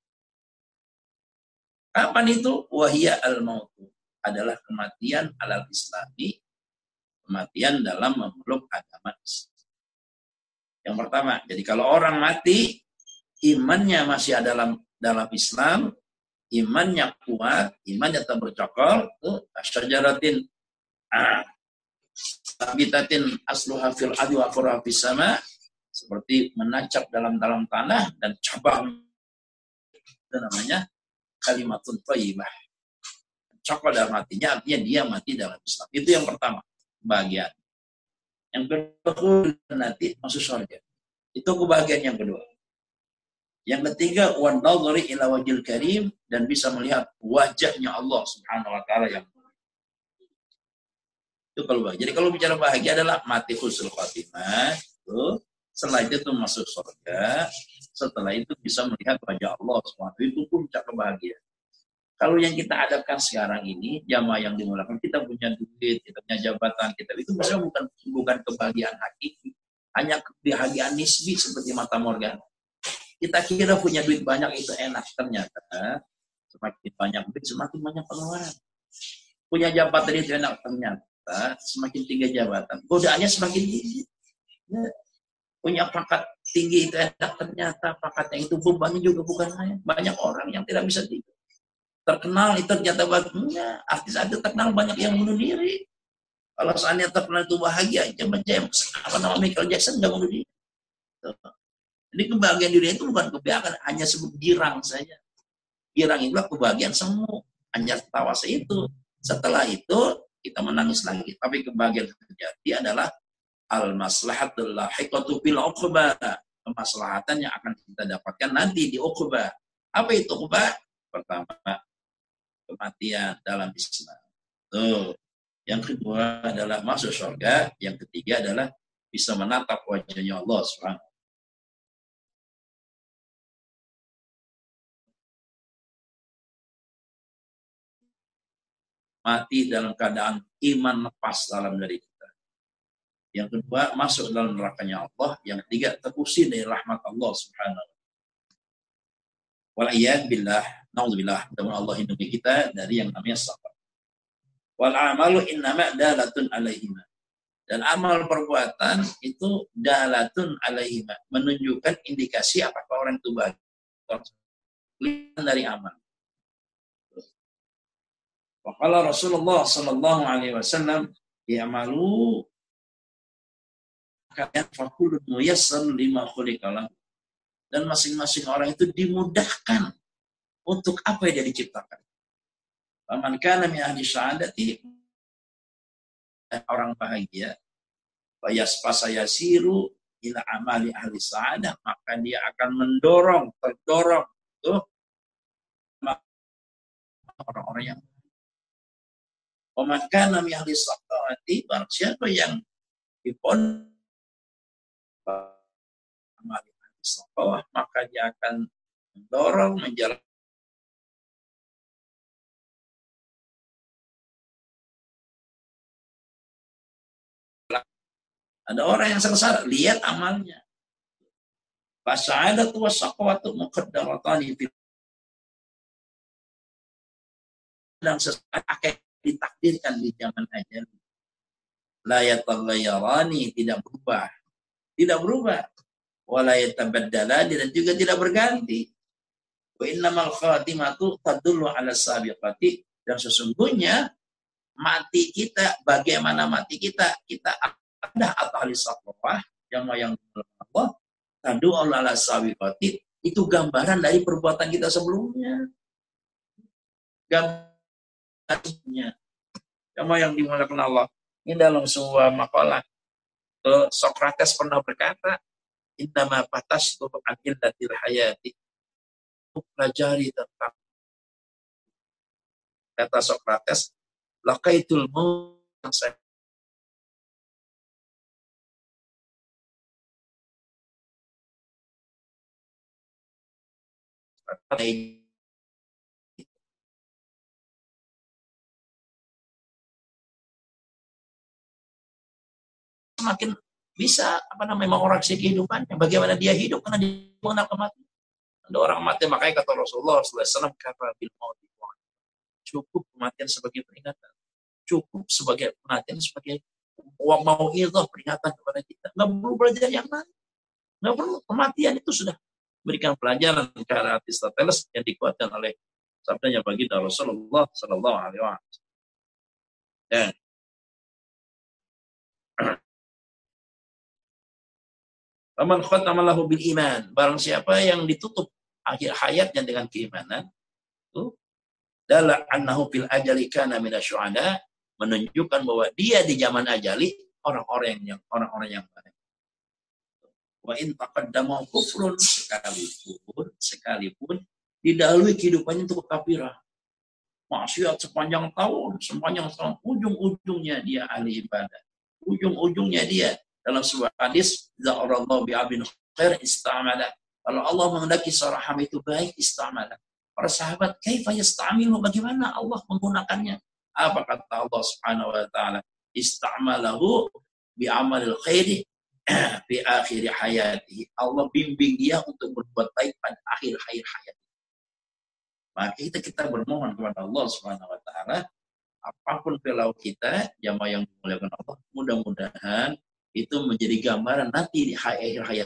Kapan itu? Wahia al-mautu, adalah kematian alal islami, kematian dalam memeluk agama Islam. Yang pertama, jadi kalau orang mati, imannya masih dalam dalam Islam, imannya kuat, imannya tak bercokol, tuh asyajaratin ah, sabitatin asluha fil adi wa furha fis sama, seperti menancap dalam dalam tanah dan cabang, itu namanya kalimatun thayyibah. Cokol dalam hatinya, artinya dia mati dalam Islam. Itu yang pertama, kebahagiaan. Yang kedua, nanti masuk surga. Itu kebahagiaan yang kedua. Yang ketiga, wan nadhari ila wajhil karim, dan bisa melihat wajahnya Allah Subhanahu wa taala yang itu kalau bahagia. Jadi kalau bicara bahagia adalah mati husnul khatimah, itu setelah itu tuh masuk surga, setelah itu bisa melihat wajah Allah Subhanahu wa taala, itu puncak kebahagiaan. Kalau yang kita hadapkan sekarang ini, jamaah yang dimulakan, kita punya duit, kita punya jabatan, kita itu maksudnya bukan bukan kebahagiaan hakiki, hanya kebahagiaan nisbi seperti mata morgana. Kita kira punya duit banyak itu enak, ternyata semakin banyak duit semakin banyak pengeluaran. Punya jabatan itu enak, ternyata semakin tinggi jabatan, godaannya semakin tinggi. Ya. Punya pangkat tinggi itu enak, ternyata pangkatnya itu bebannya juga bukan main. Banyak orang yang tidak bisa tidur. Terkenal itu ternyata bahagia. Artis-artis terkenal banyak yang bunuh diri. Kalau seandainya terkenal itu bahagia, coba James, apa nama Michael Jackson nggak bunuh diri. Jadi kebahagiaan dunia itu bukan kebahagiaan, hanya sebut girang saja. Girang itu kebahagiaan semu, hanya tawa itu. Setelah itu kita menangis lagi. Tapi kebahagiaan terjadi adalah al-maslahatul lahiqatu fil uqbah. Kemaslahatan yang akan kita dapatkan nanti di uqbah. Apa itu uqbah? Pertama, kematian dalam Islam. Tuh. Yang kedua adalah masuk surga. Yang ketiga adalah bisa menatap wajahnya Allah subhanahu. Mati dalam keadaan iman lepas dalam diri kita. Yang kedua, masuk dalam nerakanya Allah. Yang ketiga, terusir dari rahmat Allah subhanahu. Wal'iyad billah, na'udzubillah, mudah-mudahan Allah hindungi kita dari yang namanya sabar. Wal amalu innama dalatun alaihima. Dan amal perbuatan itu dalatun alaihima, menunjukkan indikasi apakah orang itu baik dari amal. Waqala Rasulullah sallallahu alaihi wasallam, ya'malu kalian fakulun muyassar lima khuliqalah. Dan masing-masing orang itu dimudahkan untuk apa yang dia diciptakan. Faman kana min ahli syahadati, orang bahagia, fayasfa sayasiru ila amali ahli sa'adah, maka dia akan mendorong, terdorong tuh orang-orang yang faman kana min ahli saqawati, barang siapa yang dipon amali ahli saqawah, maka dia akan mendorong menjalankan. Ada orang yang sengsara, lihat amalnya. Fasa'adatu wasaqwatu muqaddaratani fi, dan sesuatu akan ditakdirkan di zaman ajal. La yataghayyarani, tidak berubah. Tidak berubah. Wa la yatabaddalani, dan juga tidak berganti. Wa innamal khatimatu tadullu ala sabiqati, dan sesungguhnya mati kita, bagaimana mati kita, kita ada ahli saqwah yang yang Allah tadu ala sabiqati, itu gambaran dari perbuatan kita sebelumnya. Gambarnya sama yang dimuliakan Allah. Ini dalam sebuah makalah Sokrates pernah berkata, innama fatastu an illatil hayati. Pelajari tentang, kata Sokrates, laqaitul maut yang saya semakin bisa apa namanya mengoreksi kehidupannya, bagaimana dia hidup karena dia mengenal kematian. Ada orang mati, makanya kata Rasulullah sallallahu alaihi wasallam, kata bil maut, cukup kematian sebagai peringatan, cukup sebagai kematian sebagai mau itu peringatan kepada kita. Nggak perlu belajar yang lain, nggak perlu. Kematian itu sudah berikan pelajaran ke Aristoteles yang dikuatkan oleh sabdanya baginda Rasulullah sallallahu alaihi wasallam. Dan Faman khatama lahu bil iman, barang siapa yang ditutup akhir hayatnya dengan keimanan, itu dalla annahu fil ajali kana minasyuhada, menunjukkan bahwa dia di zaman ajali orang-orang yang orang-orang yang baik. Wa in taqaddama kufrun, sekalipun sekalipun didahului kehidupannya untuk kekafiran, maksiat sepanjang tahun, sepanjang tahun, ujung-ujungnya dia ahli ibadah, ujung-ujungnya dia dalam sebuah hadis, za'arallahu bi'abin khair istamala. Kalau Allah menghendaki seorang hamba itu baik, istamala. Para sahabat, kaifa yasta'milu, bagaimana Allah menggunakannya? Apa kata Allah Subhanahu wa taala? Istamalahu bi'amalil khairi fi akhir hayatihi. Allah bimbing dia untuk berbuat baik pada akhir hayat hayat. Maka kita kita bermohon kepada Allah Subhanahu wa taala, apapun perilaku kita, jamaah yang dimuliakan Allah, mudah-mudahan itu menjadi gambaran nanti di akhir hayat.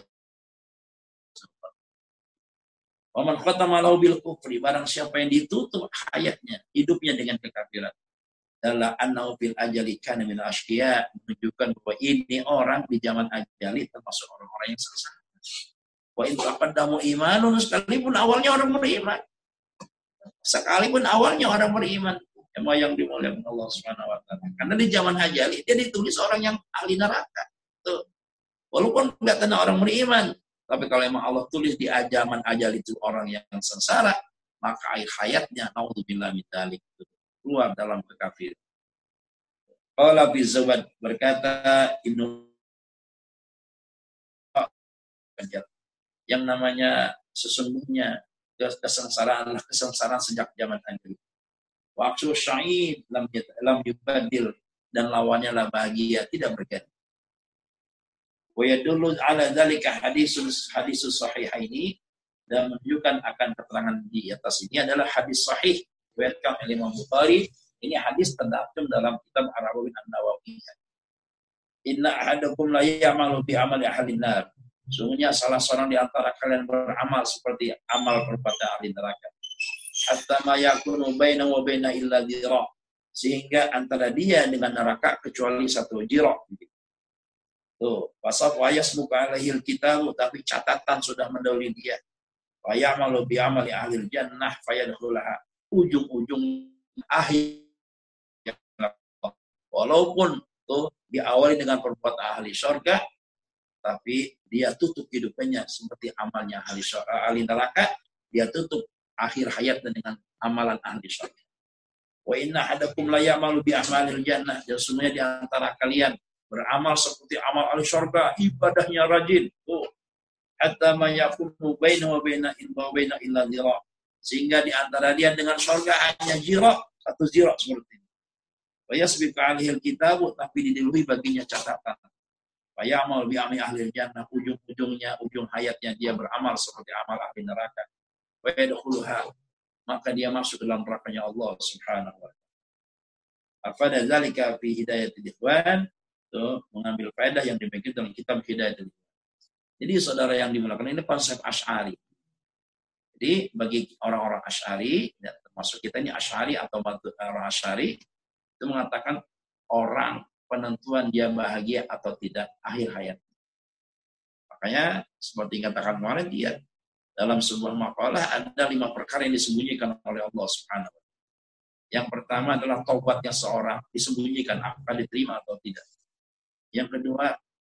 Waman khatama lahu bil kufri, barang siapa yang ditutup hayatnya, hidupnya dengan kekafiran, adalah annahu fil ajali kana min asyqiya, menunjukkan bahwa ini orang di zaman ajali termasuk orang-orang yang sesat. Wa in taqaddamu imanun, sekalipun awalnya orang beriman. Sekalipun awalnya orang beriman, yang dimuliakan Allah Subhanahu wa taala. Karena di zaman ajali dia ditulis orang yang ahli neraka. Tuh. Walaupun kelihatan orang beriman, tapi kalau memang Allah tulis di zaman ajal itu orang yang sengsara, maka akhir hayatnya naudzubillah min dzalik, keluar dalam kekafiran. Qala fi Zawad, berkata Ibnu, yang namanya sesungguhnya kesengsaraan adalah kesengsaraan sejak zaman ajal. Waqtu sya'id lam lam yubadil, dan lawannya lah bahagia, tidak berganti. Wa yadullu ala dzalika hadisus hadisus sahihaini, dan menunjukkan akan keterangan di atas ini adalah hadis sahih riwayat Imam Bukhari. Ini hadis terdapat dalam kitab Arba'in An-Nawawi. Inna ahadakum la ya'malu bi amali ahli nar. Sungguhnya salah seorang di antara kalian beramal seperti amal perbuatan ahli neraka. Hatta ma yakunu bainahu wa baina illa dhira, sehingga antara dia dengan neraka kecuali satu jira. Tuh, pasal wayas buka alahil kitab, tapi catatan sudah mendahului dia. Wayamalu bi amali ahlil jannah fayadkhulaha, ujung-ujung akhir. Walaupun tuh diawali dengan perbuatan ahli surga, tapi dia tutup hidupnya seperti amalnya ahli surga, ahli neraka, dia tutup akhir hayatnya dengan amalan ahli surga. Wa inna hadakum la ya'malu bi amalil jannah, dan semuanya di antara kalian beramal seperti amal ahli surga, ibadahnya rajin. Oh, hatta ma yakunu bainahu wa baina illa baina illa dhira, sehingga di antara dia dengan surga hanya zira, satu zira seperti ini. Wa yasbiqu alaihi alkitab, tapi didahului baginya catatan. Wa ya'mal bi amali ahli jannah, ujung-ujungnya, ujung hayatnya dia beramal seperti amal ahli neraka. Wa yadkhuluha, maka dia masuk dalam nerakanya Allah Subhanahu wa taala. Afada dzalika fi hidayatil ikhwan, itu mengambil faedah yang dibagi dalam kitab Hidayatul. Jadi saudara yang dimuliakan, ini konsep Asy'ari. Jadi bagi orang-orang Asy'ari, ya, termasuk kita ini Asy'ari atau orang Asy'ari, itu mengatakan orang penentuan dia bahagia atau tidak akhir hayat. Makanya seperti katakan kemarin, dia dalam sebuah makalah ada lima perkara yang disembunyikan oleh Allah Subhanahu wa taala. Yang pertama adalah taubatnya seorang, disembunyikan apakah diterima atau tidak. Yang kedua,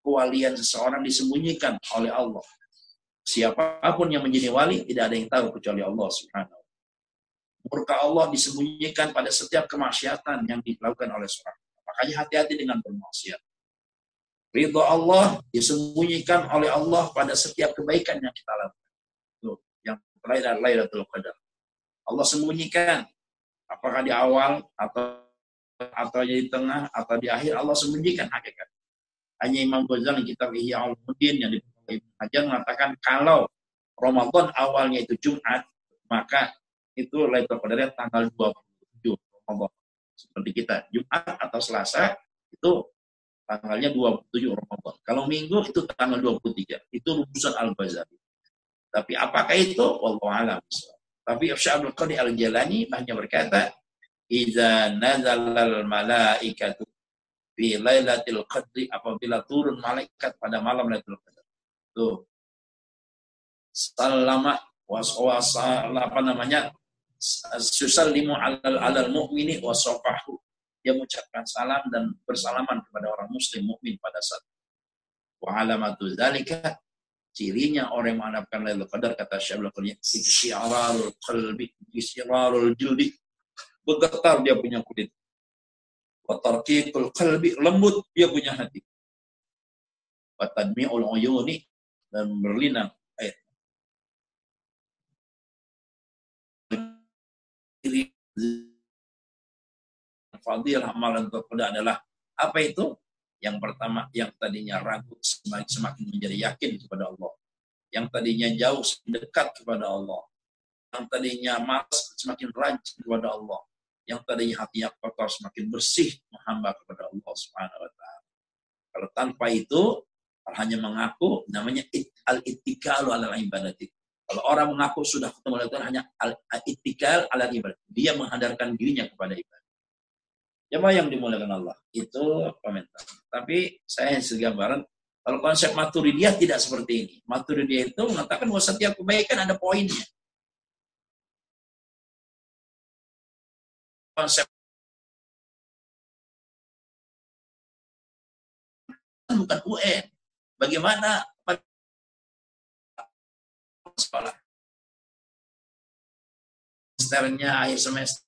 kewalian seseorang disembunyikan oleh Allah. Siapapun yang menjadi wali tidak ada yang tahu kecuali Allah Subhanahu wa taala. Murka Allah disembunyikan pada setiap kemaksiatan yang dilakukan oleh seorang. Makanya hati-hati dengan bermaksiat. Ridho Allah disembunyikan oleh Allah pada setiap kebaikan yang kita lakukan. Tuh, yang terakhir Lailatul Qadar. Allah sembunyikan apakah di awal atau atau di tengah atau di akhir, Allah sembunyikan hakikat. Hanya Imam Ghazali kitab Ihya Ulumuddin yang dibuat Ibnu Hajar mengatakan kalau Ramadan awalnya itu Jumat, maka itu Lailatul Qadar tanggal dua puluh tujuh Ramadan. Seperti kita, Jumat atau Selasa itu tanggalnya dua puluh tujuh Ramadan. Kalau Minggu itu tanggal dua puluh tiga. Itu rumusan Al-Ghazali. Tapi apakah itu? Wallahu a'lam. Tapi Syekh Abdul Qadir Al-Jilani hanya berkata, "Idza nazalal malaikatu fi lailatul qadri," apabila turun malaikat pada malam Lailatul Qadar. Tuh. Sallama waswasa apa namanya? Susallimu alal alal mu'mini wasafahu. Dia mengucapkan salam dan bersalaman kepada orang muslim mukmin pada saat. Wa alamatu dzalika, cirinya orang yang menghadapkan Lailatul Qadar kata Syaikhul Qadir, isyararul qalbi, isyararul jildi, bergetar dia punya kulit. Wa tarqiqul qalbi, lembut dia punya hati. Wa tadmi'ul uyuni, dan berlinang air. Fadilah amalan terkuda adalah apa itu? Yang pertama, yang tadinya ragu semakin, semakin menjadi yakin kepada Allah. Yang tadinya jauh semakin dekat kepada Allah. Yang tadinya malas semakin rajin kepada Allah. Yang tadinya hatinya kotor semakin bersih menghamba kepada Allah Subhanahu wa taala. Kalau tanpa itu hanya mengaku, namanya al-ittikalu ala ibadati. Kalau orang mengaku sudah ketemu dengan Tuhan, hanya al-ittikal ala ibadah. Dia menghandarkan dirinya kepada ibadah. Jemaah yang dimuliakan Allah, itu komentar. Tapi saya segambaran, kalau konsep Maturidiyah tidak seperti ini. Maturidiyah itu mengatakan bahwa setiap kebaikan ada poinnya. Konsep bukan U N. Bagaimana sekolah? Semesternya, akhir semester.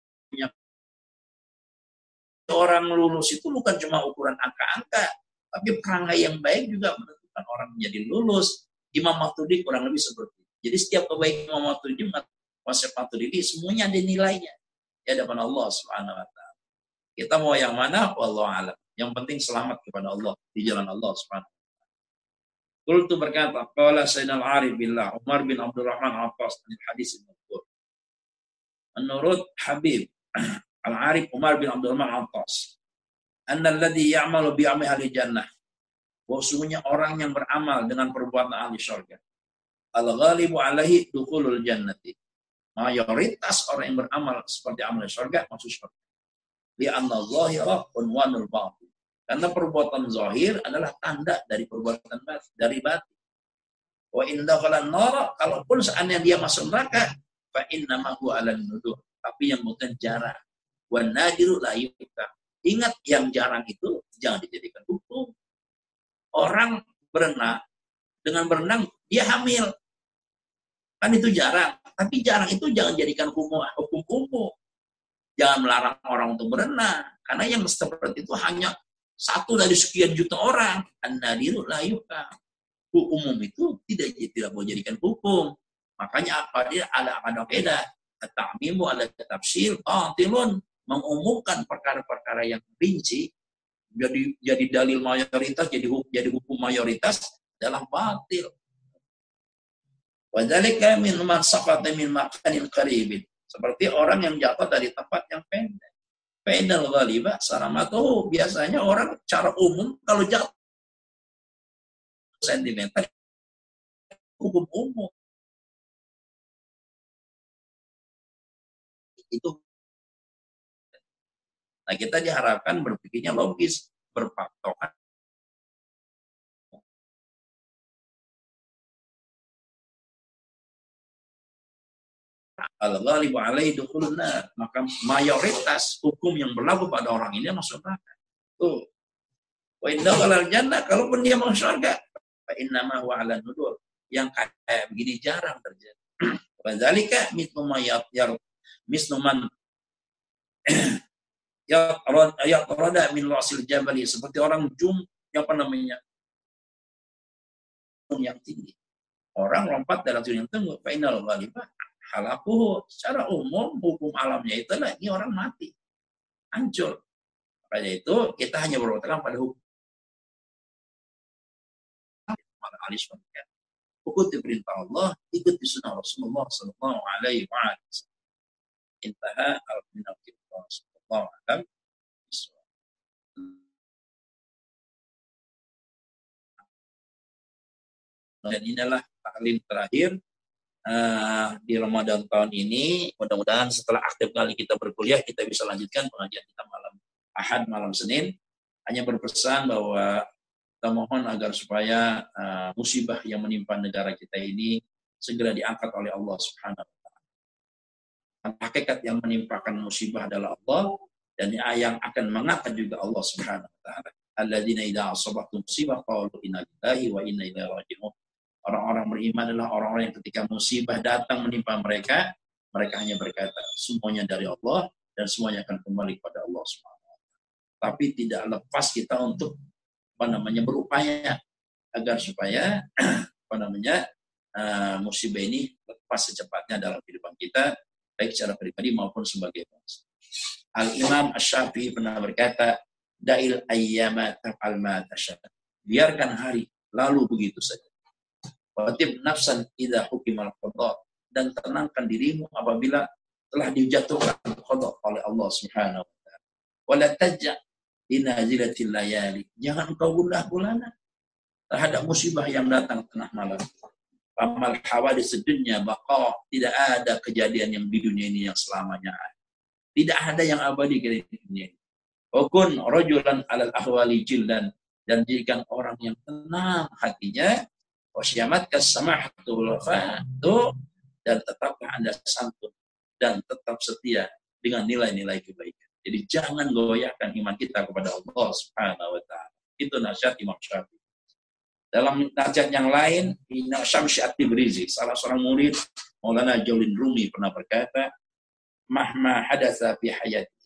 Orang lulus itu bukan cuma ukuran angka-angka, tapi perangai yang baik juga menentukan orang menjadi lulus. Imam Maturidi kurang lebih seperti itu. Jadi setiap kebaikan Imam Maturidi, konsep Maturidi, semuanya ada nilainya di hadapan Allah Subhanahu wa taala. Kita mau yang mana? Wallahu a'lam. Yang penting selamat kepada Allah di jalan Allah Subhanahu wa taala. Qultu berkata, qala Sayyidina Al-Arif billah Umar bin Abdurrahman Attas dari hadis al-Qur'an. Menurut Habib Al-Arif Umar bin Abdurrahman Attas, "Anna alladhi ya'malu bi'amali ahli jannah." Bahwa sungguhnya orang yang beramal dengan perbuatan ahli surga. Al-ghalibu alaihi dukhulul jannati. Mayoritas orang yang beramal seperti amal surga masuk surga. Li'anna zahira unwanul batin. Karena perbuatan zahir adalah tanda dari perbuatan batin, dari batin. Wa in dakhala an-nar, kalaupun seandainya dia masuk neraka, fa inna ma huwa 'alan nudur. Tapi yang bukan jarang. Wan nadiru la yuqta. Ingat, yang jarang itu jangan dijadikan hukum. Orang berenang, dengan berenang dia hamil. Kan itu jarang. Tapi jarang itu jangan jadikan hukum hukum umum. Jangan melarang orang untuk berenang. Karena yang seperti itu hanya satu dari sekian juta orang. An nadiru la yuqta. Hukum umum itu tidak tidak boleh jadikan hukum. Makanya apa dia ada ada beda. At-ta'mimu ala tafsir batilun. Mengumumkan perkara-perkara yang rinci jadi jadi dalil mayoritas, jadi hukum, jadi hukum mayoritas dalam batil. Wa dzalika min man saqata min makanin qaribin, seperti orang yang jatuh dari tempat yang pendek. Fainal ghaliba saramatu, biasanya orang cara umum kalau jatuh sentimeter hukum umum itu. Nah, kita diharapkan berpikirnya logis, berpatokan. Al-ghalibu alaihi dukhulun nar, maka mayoritas hukum yang berlaku pada orang ini masuk neraka. Tuh. Wa innahu 'alal jannah, kalaupun dia mau surga, fa innama huwa 'alan nudur. Yang kayak begini jarang terjadi. Wa dzalika mithlu ma yar mislu man ya ya rada min rasil jabali, seperti orang jum yang apa namanya yang tinggi. Orang lompat dalam sudut yang tinggi, fa innal ghaliba halakuhu. Secara umum hukum alamnya itulah ini orang mati, hancur. Makanya itu kita hanya berpegang pada hukum alis manusia. Ikuti perintah Allah, ikuti sunnah Rasulullah Sallallahu Alaihi Wasallam. Intaha al-minal kita Sallallahu Alaihi Wasallam. Dan inilah taklim terakhir uh, di Ramadan tahun ini. Mudah-mudahan setelah akhir kali kita berkuliah, kita bisa lanjutkan pengajian kita malam Ahad, malam Senin. Hanya berpesan bahwa kita mohon agar supaya uh, musibah yang menimpa negara kita ini segera diangkat oleh Allah Subhanahu wa taala. Hakikat yang menimpakan musibah adalah Allah, dan yang akan mengangkat juga Allah Subhanahu wa taala. Alladzina idza asabathum musibah qalu inna lillahi wa inna ilaihi raji'un. Orang-orang beriman adalah orang-orang yang ketika musibah datang menimpa mereka, mereka hanya berkata, semuanya dari Allah dan semuanya akan kembali kepada Allah Subhanahu wa taala. Tapi tidak lepas kita untuk apa namanya berupaya agar supaya apa namanya uh, musibah ini lepas secepatnya dalam kehidupan kita, baik secara pribadi maupun sebagai bangsa. Al-Imam Asy-Syafi'i pernah berkata, da'il ayyama taf'al ma tasha. Biarkan hari lalu begitu saja. Watib nafsan idza hukimal qada, dan tenangkan dirimu apabila telah dijatuhkan qada oleh Allah Subhanahu wa taala. Wala tajja inazilatil layali, jangan kau gundah gulana terhadap musibah yang datang tengah malam. Amal hawadits dunya baqa, tidak ada kejadian yang di dunia ini yang selamanya ada. Tidak ada yang abadi di dunia ini. Wakun rajulan alal ahwali jildan, dan jadikan orang yang tenang hatinya. Wasyamat kasamahatul wafatu, dan tetaplah Anda santun dan tetap setia dengan nilai-nilai kebaikan. Jadi jangan goyahkan iman kita kepada Allah Subhanahu wa taala. Itu nasihat Imam Syafi'i. Dalam nasihat yang lain, Inna Syamsi At-Tibrizi, salah seorang murid Maulana Jalil Rumi pernah berkata, mahma hadatsa fi hayati,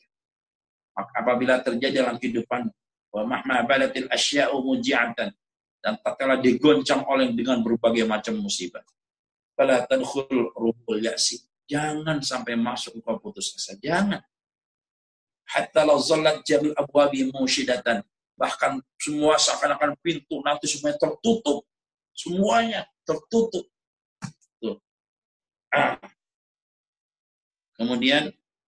apabila terjadi dalam kehidupan, wa mahma balatil asya'u muji'atan, dan tatkala digoncang oleh dengan berbagai macam musibah, fala tadkhul rubul ya'si, jangan sampai masuk ke putus asa, jangan. Hatta law zallat jamil abwabi musyidatan, bahkan semua seakan-akan pintu nanti semuanya tertutup, semuanya tertutup. Tuh. Ah. Kemudian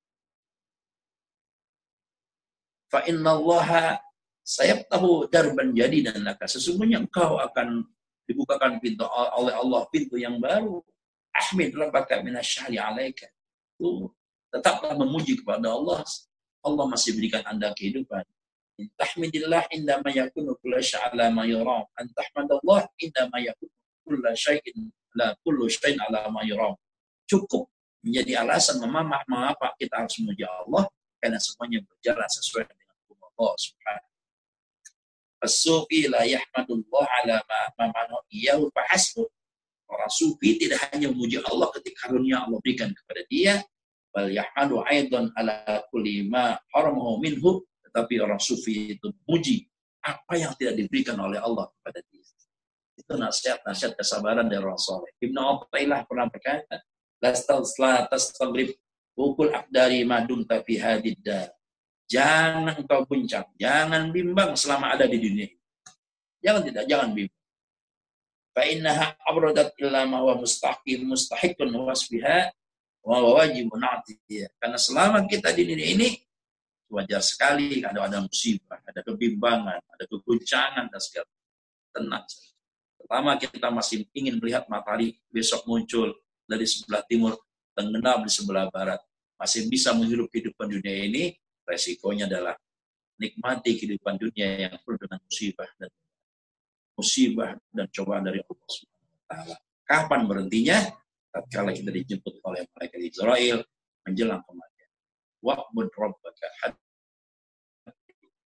fa innallaha sayaftahu darban jadidan laka, sesungguhnya engkau akan dibukakan pintu oleh Allah, pintu yang baru. Ahmid rabbaka minasyari alaika, tuh tetaplah memuji kepada Allah. Allah masih berikan Anda kehidupan. Tahmidillah indama yakunu kullu syai'in ala ma yura, antahmadallah indama yakunu kullu syai'in la kullu syai'in ala ma yura. Cukup menjadi alasan memamah mengapa kita harus memuji Allah, karena semuanya berjalan sesuai dengan hukum Allah Subhanahu. As-sufi la yahmadullah ala ma ma'anu iyahu fahasbu. Orang sufi tidak hanya memuji Allah ketika karunia Allah berikan kepada dia, bal yahmadu aidan ala kulli ma haramahu minhu, tetapi orang sufi itu memuji apa yang tidak diberikan oleh Allah kepada dia. Itu nasihat-nasihat kesabaran dari orang saleh. Ibnu Athaillah pernah berkata, la tastagrib ukul aqdari ma dumta fi hadid. Jangan kau guncang, jangan bimbang selama ada di dunia ini. Jangan tidak, jangan bimbang. Fa innaha abradat illa ma huwa mustaqim mustahiqun wasfiha wa wajibun atiyah. Karena selama kita di dunia ini wajar sekali ada ada musibah, ada kebimbangan, ada keguncangan dan segala. Tenang. Pertama kita masih ingin melihat matahari besok muncul dari sebelah timur, tenggelam di sebelah barat. Masih bisa menghirup kehidupan dunia ini. Resikonya adalah nikmati kehidupan dunia yang penuh dengan musibah dan musibah dan cobaan dari Allah Subhanahu wa taala. Kapan berhentinya? Tatkala kita dijemput oleh malaikat Israel menjelang kematian. Wa'bud rabbaka hatta,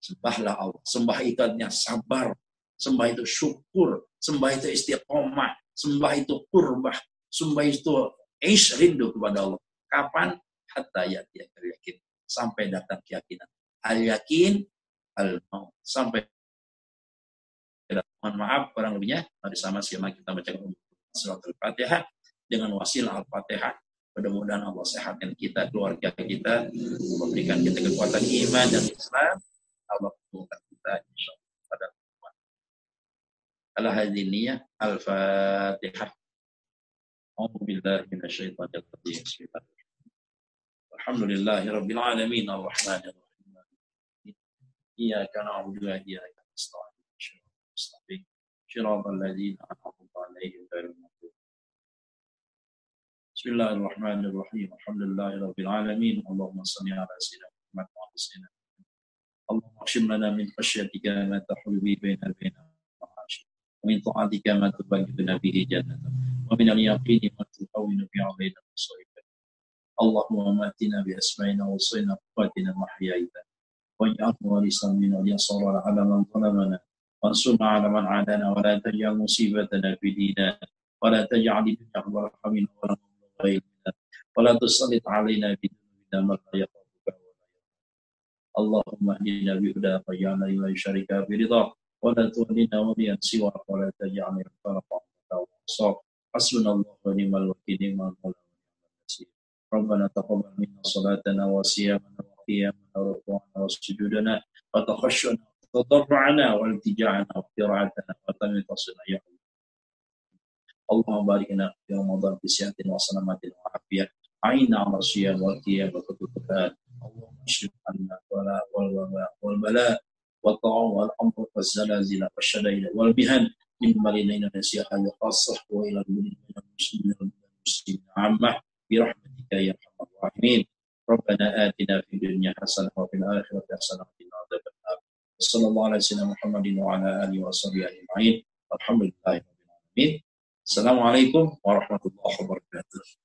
Sembahlah Allah. Sembah itu artinya sabar. Sembah itu syukur. Sembah itu istiqomah. Sembah itu qurbah. Sembah itu ish, rindu kepada Allah. Kapan? Hatta yati al-yakin. Sampai datang keyakinan. Al-yakin, al-maut. Sampai mohon maaf kurang lebihnya. Mari sama-sama kita baca surat Al-Fatihah dengan wasilah Al-Fatihah. Mudah-mudahan Allah sehatkan kita, keluarga kita, memberikan kita kekuatan iman dan Islam. Allah kumpulkan kita insyaallah pada Tuhan. Ala hadhihi niyyah Al-Fatihah. A'udzu billahi minasyaitonir rajim. Bismillahirrahmanirrahim. Alhamdulillahi rabbil alamin arrahmanir rahim. Iyyaka na'budu wa iyyaka nasta'in. Mustaqim. Shiratal ladzina an'amta 'alaihim ghairil maghdubi. Bismillahirrahmanirrahim. Alhamdulillahi rabbil alamin. Allahumma shalli ala sayyidina Muhammad wa ala sayyidina اللهم اقسم لنا من خشيتك ما تحول به بيننا وبين معاصيك ومن طاعتك ما تبلغنا به جنتك ومن اليقين ما تهون به علينا مصائب اللهم ماتنا باسمائنا وصينا قواتنا ما احييتنا واجعله وارثا منا وانصر على من ظلمنا وانصرنا على من عادانا ولا تجعل مصيبتنا في ديننا ولا تجعل الدنيا اكبر همنا ولا مبلغ علمنا ولا تسلط علينا بذنوبنا من لا يخافك اللهم اهدنا بهداك واجعلنا لمن يشارك برضاك ولا تهدنا وليا سواك ولا تجعلنا يغفرك وانصاك حسبنا الله ونعم الوكيل نعم المولى ونعم النصير ربنا تقبل منا صلاتنا وصيامنا وقيامنا وركوعنا وسجودنا وتخشعنا وتضرعنا والتجاعنا وقراءتنا وتم تصلنا يا الله اللهم بارك لنا في رمضان بصحة وسلامة وعافية عينا على الصيام والقيام والقرآن اللهم اشف عنا البلاء والوباء والبلاء والطاعون والامر والزلازل والشدائد والمهن مما لدينا نصيحة خاصة والى المسلمين والمسلمين عامة برحمتك يا ارحم الراحمين ربنا آتنا في الدنيا حسنة وفي الآخرة حسنة وقنا عذاب النار وصلى الله على سيدنا محمد وعلى آله وصحبه أجمعين الحمد لله رب العالمين السلام عليكم ورحمة الله وبركاته.